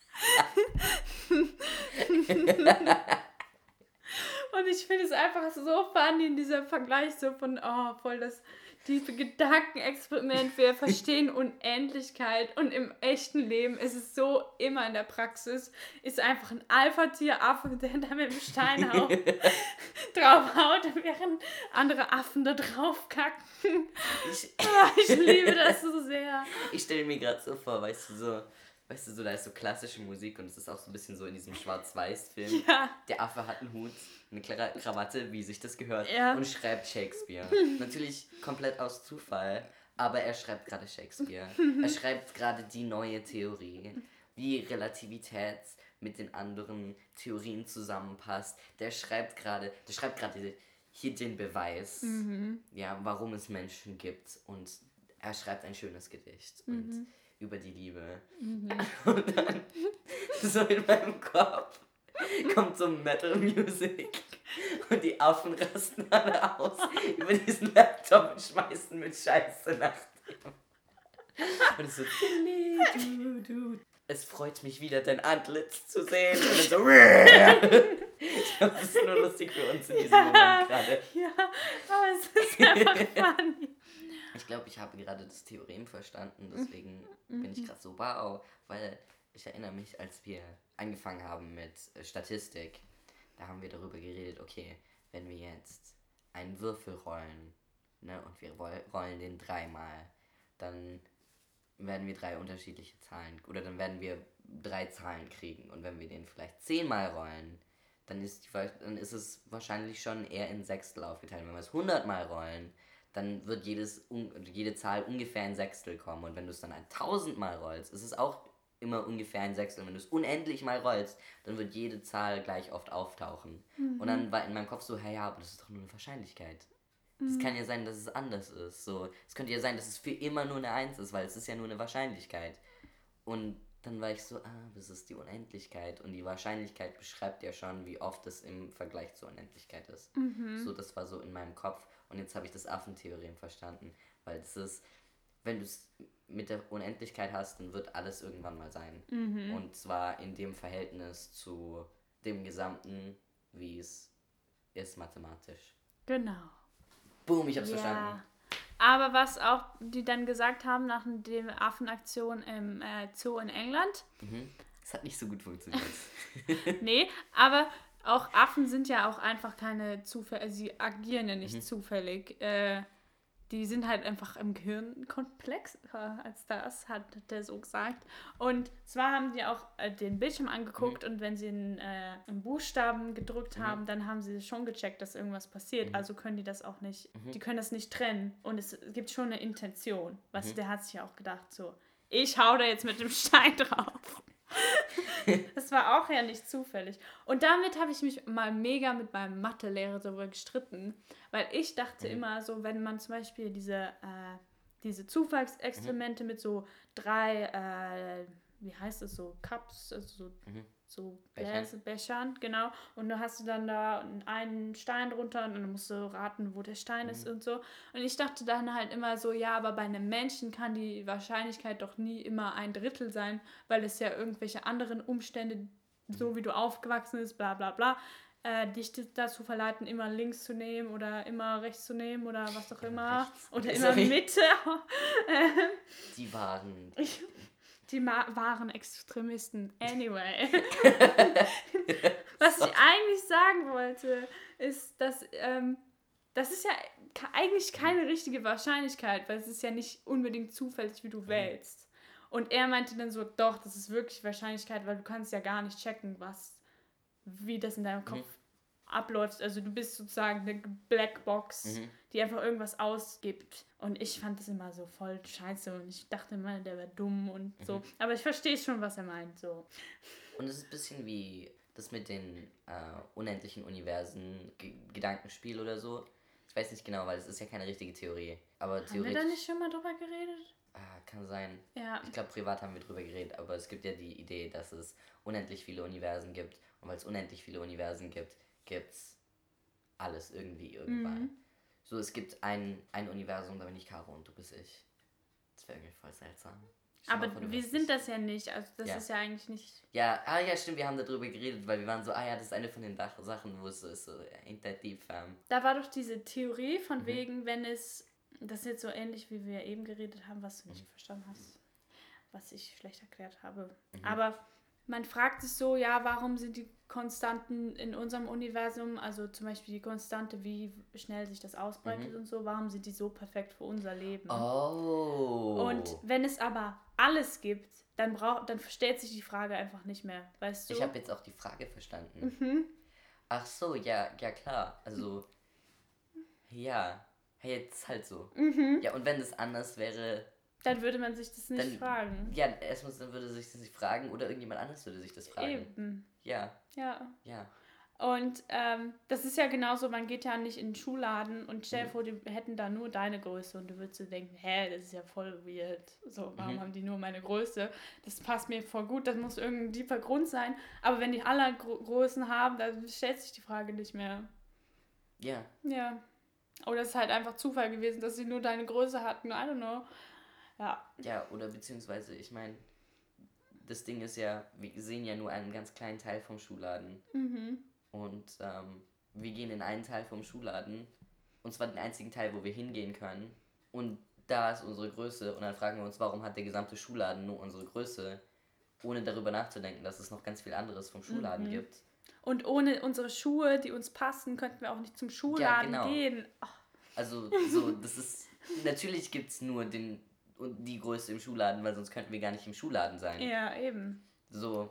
Und ich finde es einfach so funny in dieser Vergleich so von, voll das tiefe Gedankenexperiment, wir verstehen Unendlichkeit und im echten Leben ist es so, immer in der Praxis, ist einfach ein Alpha-Tier-Affe, der da mit dem Stein draufhaut, während andere Affen da drauf kacken. Ich liebe das so sehr. Ich stelle mir gerade so vor, weißt du, so, da ist so klassische Musik und es ist auch so ein bisschen so in diesem Schwarz-Weiß-Film. Ja. Der Affe hat einen Hut, eine Krawatte, wie sich das gehört, und schreibt Shakespeare. Natürlich komplett aus Zufall, aber er schreibt gerade Shakespeare. Er schreibt gerade die neue Theorie, wie Relativität mit den anderen Theorien zusammenpasst. Der schreibt gerade hier den Beweis, ja, warum es Menschen gibt. Und er schreibt ein schönes Gedicht und über die Liebe. Und dann so in meinem Kopf kommt so Metal Music und die Affen rasten alle aus über diesen Laptop und schmeißen mit Scheiße nach dem. Und es so, es freut mich wieder, dein Antlitz zu sehen. Und dann so, ich glaube, das ist nur lustig für uns in diesem Moment gerade. Ja, aber es ist einfach funny. Ich glaube, ich habe gerade das Theorem verstanden, deswegen bin ich gerade so wow, weil ich erinnere mich, als wir angefangen haben mit Statistik, da haben wir darüber geredet, okay, wenn wir jetzt einen Würfel rollen, ne, und wir rollen den 3-mal, dann werden wir 3 unterschiedliche Zahlen, oder dann werden wir 3 Zahlen kriegen. Und wenn wir den vielleicht 10-mal rollen, dann ist es wahrscheinlich schon eher in Sechstel aufgeteilt. Wenn wir es 100-mal rollen, dann wird jede Zahl ungefähr in Sechstel kommen. Und wenn du es dann 1000-mal rollst, ist es auch immer ungefähr ein Sechstel. Und wenn du es unendlich mal rollst, dann wird jede Zahl gleich oft auftauchen. Und dann war in meinem Kopf so, hey, ja, aber das ist doch nur eine Wahrscheinlichkeit. Es kann ja sein, dass es anders ist. So, es könnte ja sein, dass es für immer nur eine 1 ist, weil es ist ja nur eine Wahrscheinlichkeit. Und dann war ich so, das ist die Unendlichkeit. Und die Wahrscheinlichkeit beschreibt ja schon, wie oft es im Vergleich zur Unendlichkeit ist. So, das war so in meinem Kopf. Und jetzt habe ich das Affentheorem verstanden. Weil das ist, wenn du es mit der Unendlichkeit hast, dann wird alles irgendwann mal sein. Und zwar in dem Verhältnis zu dem Gesamten, wie es ist mathematisch. Genau. Boom, ich hab's verstanden. Aber was auch die dann gesagt haben nach der Affenaktion im Zoo in England. Das hat nicht so gut funktioniert. Nee, aber auch Affen sind ja auch einfach keine Zufälle, sie agieren ja nicht zufällig. Die sind halt einfach im Gehirn komplexer als das, hat der so gesagt. Und zwar haben die auch den Bildschirm angeguckt und wenn sie einen Buchstaben gedrückt haben, dann haben sie schon gecheckt, dass irgendwas passiert. Also können die das auch nicht, die können das nicht trennen. Und es gibt schon eine Intention. Der hat sich ja auch gedacht, so, ich hau da jetzt mit dem Stein drauf. Das war auch ja nicht zufällig. Und damit habe ich mich mal mega mit meinem Mathelehrer darüber gestritten, weil ich dachte immer so, wenn man zum Beispiel diese Zufallsexperimente mit so 3, wie heißt es so, Cups, also so Bechern, genau. Und da hast du dann da einen Stein drunter und dann musst du raten, wo der Stein ist und so. Und ich dachte dann halt immer so, ja, aber bei einem Menschen kann die Wahrscheinlichkeit doch nie immer 1/3 sein, weil es ja irgendwelche anderen Umstände, so wie du aufgewachsen bist, bla bla bla, dich dazu verleiten, immer links zu nehmen oder immer rechts zu nehmen oder was auch immer. Rechts. Oder immer Mitte. Die wahren Extremisten. Anyway. Was ich eigentlich sagen wollte, ist, dass das ist ja eigentlich keine richtige Wahrscheinlichkeit, weil es ist ja nicht unbedingt zufällig, wie du wählst. Und er meinte dann so, doch, das ist wirklich Wahrscheinlichkeit, weil du kannst ja gar nicht checken, wie das in deinem Kopf abläuft. Also du bist sozusagen eine Blackbox, die einfach irgendwas ausgibt. Und ich fand das immer so voll scheiße und ich dachte immer, der wäre dumm und so. Aber ich verstehe schon, was er meint. So. Und es ist ein bisschen wie das mit den unendlichen Universen, Gedankenspiel oder so. Ich weiß nicht genau, weil es ist ja keine richtige Theorie. Aber haben wir da nicht schon mal drüber geredet? Kann sein. Ja. Ich glaube, privat haben wir drüber geredet, aber es gibt ja die Idee, dass es unendlich viele Universen gibt. Und weil es unendlich viele Universen gibt, gibt's alles irgendwie irgendwann. So, es gibt ein Universum, da bin ich Caro und du bist ich. Das wäre irgendwie voll seltsam. Aber wir sind das ja nicht, also das ist ja eigentlich nicht... Ja, stimmt, wir haben darüber geredet, weil wir waren so, das ist eine von den Sachen, wo es so ist, so, ain't that deep, fam. Da war doch diese Theorie von wegen, wenn es, das ist jetzt so ähnlich, wie wir eben geredet haben, was du nicht verstanden hast, was ich schlecht erklärt habe. Aber man fragt sich so, ja, warum sind die Konstanten in unserem Universum, also zum Beispiel die Konstante, wie schnell sich das ausbreitet und so, warum sind die so perfekt für unser Leben? Oh. Und wenn es aber alles gibt, dann stellt sich die Frage einfach nicht mehr, weißt du? Ich habe jetzt auch die Frage verstanden. Ach so, ja klar, also, ja, hey, jetzt halt so. Ja, und wenn es anders wäre, Dann würde man sich das nicht fragen. Ja, erstens dann würde sich das nicht fragen oder irgendjemand anderes würde sich das fragen. Eben. Ja. Ja. Ja. Und das ist ja genauso, man geht ja nicht in den Schuhladen und stell dir vor, die hätten da nur deine Größe und du würdest dir denken, das ist ja voll weird. So, warum haben die nur meine Größe? Das passt mir voll gut, das muss irgendein tiefer Grund sein. Aber wenn die alle Größen haben, dann stellt sich die Frage nicht mehr. Ja. Ja. Oder es ist halt einfach Zufall gewesen, dass sie nur deine Größe hatten. I don't know. Ja. Ja, oder beziehungsweise, ich meine, das Ding ist ja, wir sehen ja nur einen ganz kleinen Teil vom Schuhladen. Und wir gehen in einen Teil vom Schuhladen. Und zwar den einzigen Teil, wo wir hingehen können. Und da ist unsere Größe. Und dann fragen wir uns, warum hat der gesamte Schuhladen nur unsere Größe? Ohne darüber nachzudenken, dass es noch ganz viel anderes vom Schuhladen gibt. Und ohne unsere Schuhe, die uns passen, könnten wir auch nicht zum Schuhladen gehen. Oh. Also, so, das ist. Natürlich gibt es nur die Größe im Schuhladen, weil sonst könnten wir gar nicht im Schuhladen sein. Ja, eben. So.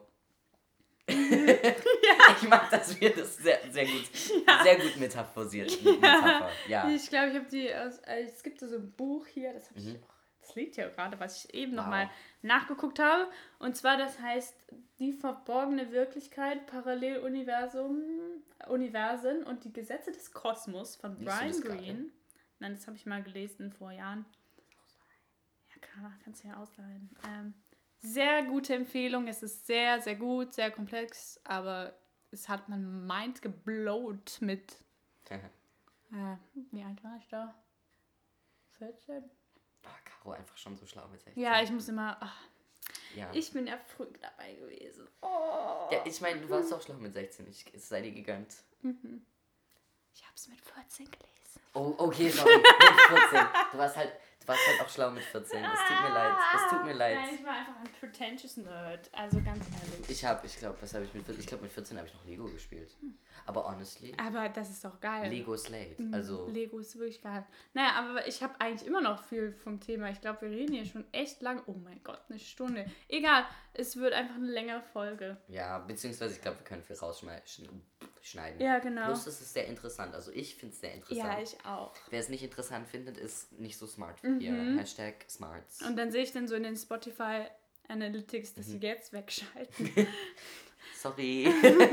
Ich mag, dass wir das sehr gut metaphorisiert. Metapher. Ja. Ich glaube, ich habe es gibt so ein Buch hier, das liegt ja gerade, was ich eben nochmal nachgeguckt habe. Und zwar, das heißt Die verborgene Wirklichkeit, Paralleluniversen und die Gesetze des Kosmos von Brian Greene. Nein, das habe ich mal gelesen vor Jahren. Ja, klar, kannst du ja ausleihen. Sehr gute Empfehlung. Es ist sehr, sehr gut, sehr komplex, aber es hat mein Mind geblowt mit. Wie alt war ich da? 14? Caro einfach schon so schlau mit 16. Ja, ich muss immer. Ja. Ich bin ja früh dabei gewesen. Oh. Ja, ich meine, du warst auch schlau mit 16. Es sei dir gegönnt. Ich habe es mit 14 gelesen. Oh, okay, sorry. Mit 14. Du warst halt auch schlau mit 14. Es tut mir leid. Nein, ich war einfach ein pretentious Nerd. Also ganz ehrlich. Ich glaube, mit 14 habe ich noch Lego gespielt. Aber honestly. Aber das ist doch geil. Lego ist late. Also. Lego ist wirklich geil. Naja, aber ich habe eigentlich immer noch viel vom Thema. Ich glaube, wir reden hier schon echt lang. Oh mein Gott, eine Stunde. Egal, es wird einfach eine längere Folge. Ja, beziehungsweise ich glaube, wir können viel rausschneiden. Ja, genau. Plus, es ist sehr interessant. Also ich finde es sehr interessant. Ja, ich auch. Wer es nicht interessant findet, ist nicht so smart wie ihr. #smarts. Und dann sehe ich dann so in den Spotify Analytics, dass sie jetzt wegschalten. Sorry.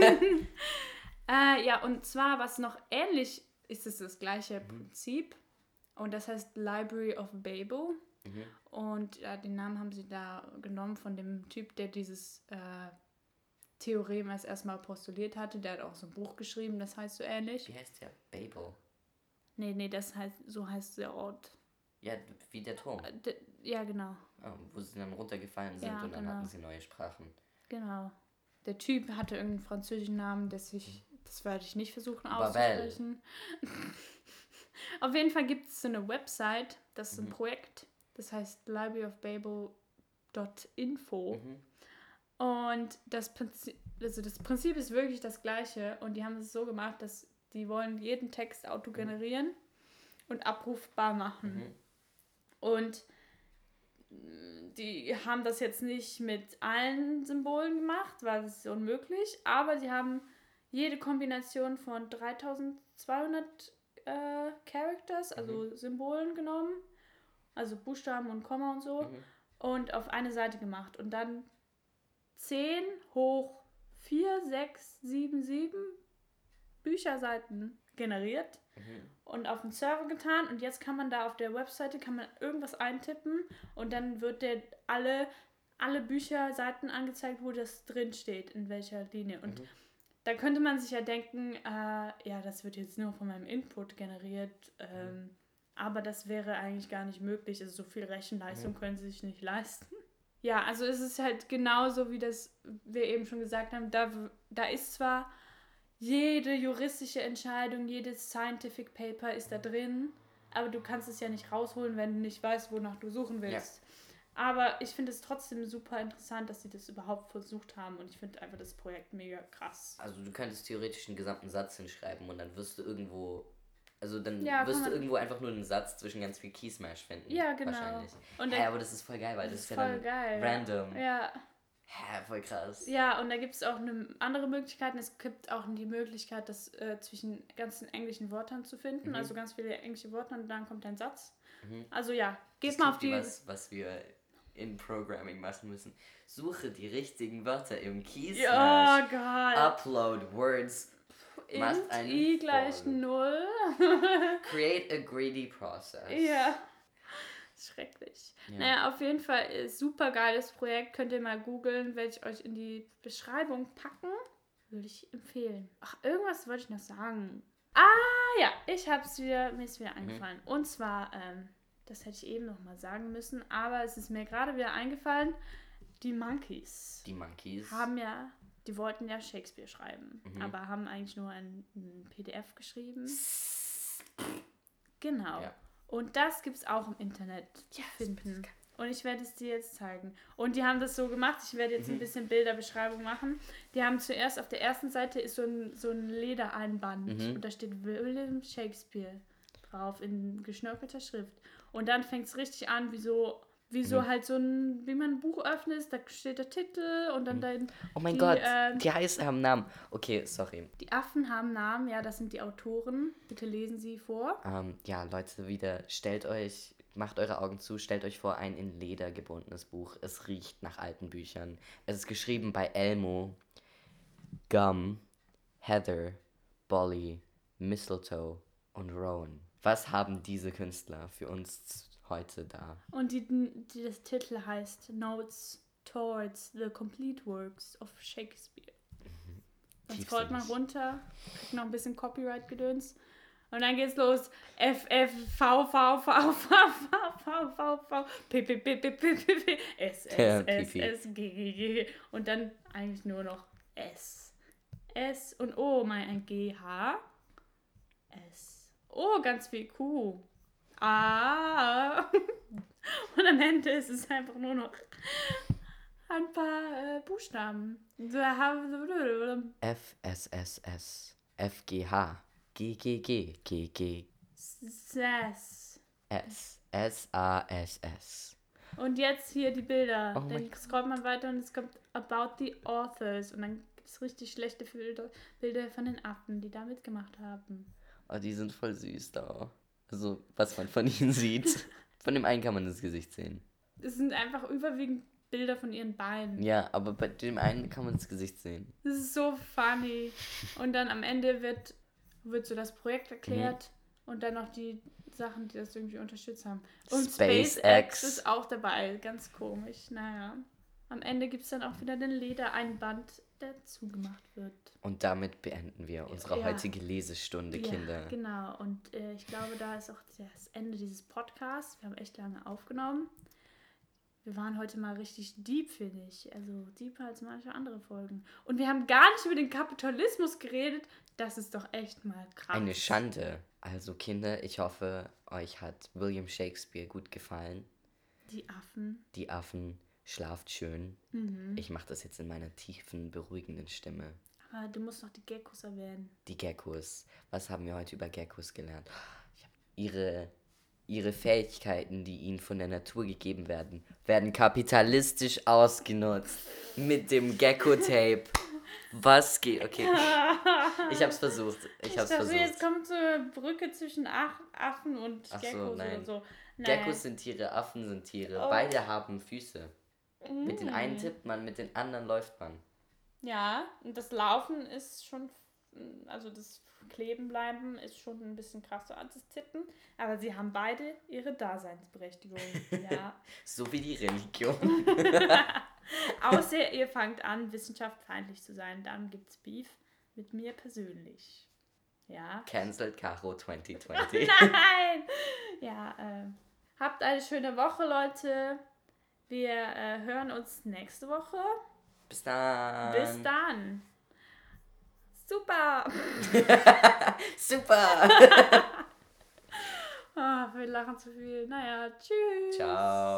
Ja, und zwar, was noch ähnlich ist, ist das gleiche Prinzip. Und das heißt Library of Babel. Und den Namen haben sie da genommen von dem Typ, der dieses Theorem erst erstmal postuliert hatte. Der hat auch so ein Buch geschrieben, das heißt so ähnlich. Wie heißt der? Babel? Nee, so heißt der Ort. Ja, wie der Turm. Ja, genau. Oh, wo sie dann runtergefallen sind und dann hatten sie neue Sprachen. Genau. Der Typ hatte irgendeinen französischen Namen, das werde ich nicht versuchen auszusprechen. Auf jeden Fall gibt es so eine Website, das ist ein Projekt, das heißt libraryofbabel.info. Und das Prinzip ist wirklich das gleiche und die haben es so gemacht, dass die wollen jeden Text autogenerieren und abrufbar machen. Und die haben das jetzt nicht mit allen Symbolen gemacht, weil das ist unmöglich, aber sie haben jede Kombination von 3200 Characters, also Symbolen genommen, also Buchstaben und Komma und so, und auf eine Seite gemacht und dann 10 hoch 4, 6, 7, 7 Bücherseiten generiert und auf den Server getan und jetzt kann man da auf der Webseite irgendwas eintippen und dann wird dir alle Bücherseiten angezeigt, wo das drin steht, in welcher Linie. Und da könnte man sich ja denken, ja, das wird jetzt nur von meinem Input generiert, aber das wäre eigentlich gar nicht möglich. Also so viel Rechenleistung können sie sich nicht leisten. Ja, also es ist halt genauso, wie wir eben schon gesagt haben, da ist zwar jede juristische Entscheidung, jedes Scientific Paper ist da drin, aber du kannst es ja nicht rausholen, wenn du nicht weißt, wonach du suchen willst. Ja. Aber ich finde es trotzdem super interessant, dass sie das überhaupt versucht haben und ich finde einfach das Projekt mega krass. Also du könntest theoretisch einen gesamten Satz hinschreiben und dann wirst du irgendwo... Also dann wirst du irgendwo einfach nur einen Satz zwischen ganz viel Keysmash finden. Ja, genau. Wahrscheinlich. Und aber das ist voll geil, weil das ist ja dann random. Ja. Voll krass. Ja, und da gibt es auch andere Möglichkeiten. Es gibt auch die Möglichkeit, das zwischen ganzen englischen Wörtern zu finden. Also ganz viele englische Wörter und dann kommt ein Satz. Also ja, geht Das mal auf klingt wie die... was wir in Programming machen müssen. Suche die richtigen Wörter im Key Ja, Smash. geil. Upload Words. Macht Int einen I gleich For Loop. 0. Create a greedy process. Ja. Schrecklich. Ja. Naja, auf jeden Fall super geiles Projekt. Könnt ihr mal googeln, werde ich euch in die Beschreibung packen. Würde ich empfehlen. Ach, irgendwas wollte ich noch sagen. Ja, mir ist wieder eingefallen. Und zwar, das hätte ich eben noch mal sagen müssen, aber es ist mir gerade wieder eingefallen, die Monkeys. Die Monkeys. Die wollten ja Shakespeare schreiben, aber haben eigentlich nur ein PDF geschrieben. Genau. Ja. Und das gibt es auch im Internet zu finden. Und ich werde es dir jetzt zeigen. Und die haben das so gemacht, ich werde jetzt ein bisschen Bilderbeschreibung machen. Die haben zuerst auf der ersten Seite ist so ein Ledereinband und da steht William Shakespeare drauf in geschnörkelter Schrift. Und dann fängt es richtig an, wie halt wie man ein Buch öffnet, da steht der Titel und dann Oh mein Gott, die haben Namen. Okay, sorry. Die Affen haben Namen, ja, das sind die Autoren. Bitte lesen sie vor. Ja, Leute, macht eure Augen zu, stellt euch vor, ein in Leder gebundenes Buch. Es riecht nach alten Büchern. Es ist geschrieben bei Elmo, Gum, Heather, Bolly, Mistletoe und Rowan. Was haben diese Künstler für uns heute da? Und das Titel heißt Notes Towards the Complete Works of Shakespeare. Dann scrollt man runter, kriegt noch ein bisschen Copyright-Gedöns. Und dann geht's los. F, F, V, V, V, V, V, V, V, V, P, P, P, P, P, P, P, S, S, S, S, G, G, G. Und dann eigentlich nur noch S. S und O, ein G, H. S. O, ganz viel Q. A. Und am Ende ist es einfach nur noch ein paar Buchstaben. F, S, S, S. F, G, H. G, G, G, G, G. S. S. S, A, S, S. Und jetzt hier die Bilder. Dann scrollt man weiter und es kommt About the Authors. Und dann gibt es richtig schlechte Bilder von den Affen, die da mitgemacht haben. Oh, die sind voll süß da. Also, was man von ihnen sieht. Von dem einen kann man das Gesicht sehen. Es sind einfach überwiegend Bilder von ihren Beinen. Ja, aber bei dem einen kann man das Gesicht sehen. Das ist so funny. Und dann am Ende wird so das Projekt erklärt und dann noch die Sachen, die das irgendwie unterstützt haben. Und SpaceX ist auch dabei. Ganz komisch. Naja. Am Ende gibt es dann auch wieder den Ledereinband, der zugemacht wird. Und damit beenden wir unsere heutige Lesestunde, Kinder. Genau. Und ich glaube, da ist auch das Ende dieses Podcasts. Wir haben echt lange aufgenommen. Wir waren heute mal richtig deep, finde ich. Also deeper als manche andere Folgen. Und wir haben gar nicht über den Kapitalismus geredet. Das ist doch echt mal krass. Eine Schande. Also Kinder, ich hoffe, euch hat William Shakespeare gut gefallen. Die Affen. Die Affen, schlaft schön. Ich mache das jetzt in meiner tiefen, beruhigenden Stimme. Aber du musst noch die Geckos erwähnen. Die Geckos. Was haben wir heute über Geckos gelernt? Ihre Fähigkeiten, die ihnen von der Natur gegeben werden kapitalistisch ausgenutzt. Mit dem Gecko-Tape. Was geht? Okay. Ich hab's versucht. Ich dachte, jetzt kommt so eine Brücke zwischen Affen und Geckos oder so. Geckos sind Tiere, Affen sind Tiere. Beide haben Füße. Mit den einen tippt man, mit den anderen läuft man. Ja, und das Laufen ist schon, also das Klebenbleiben ist schon ein bisschen krasser als das Tippen, aber sie haben beide ihre Daseinsberechtigung. Ja. So wie die Religion. Außer ihr fangt an, wissenschaftsfeindlich zu sein, dann gibt's Beef mit mir persönlich. Ja. Cancelled Caro 2020. Nein! Ja, habt eine schöne Woche, Leute. Wir hören uns nächste Woche. Bis dann. Bis dann. Super. Super. Wir lachen zu viel. Naja, tschüss. Ciao.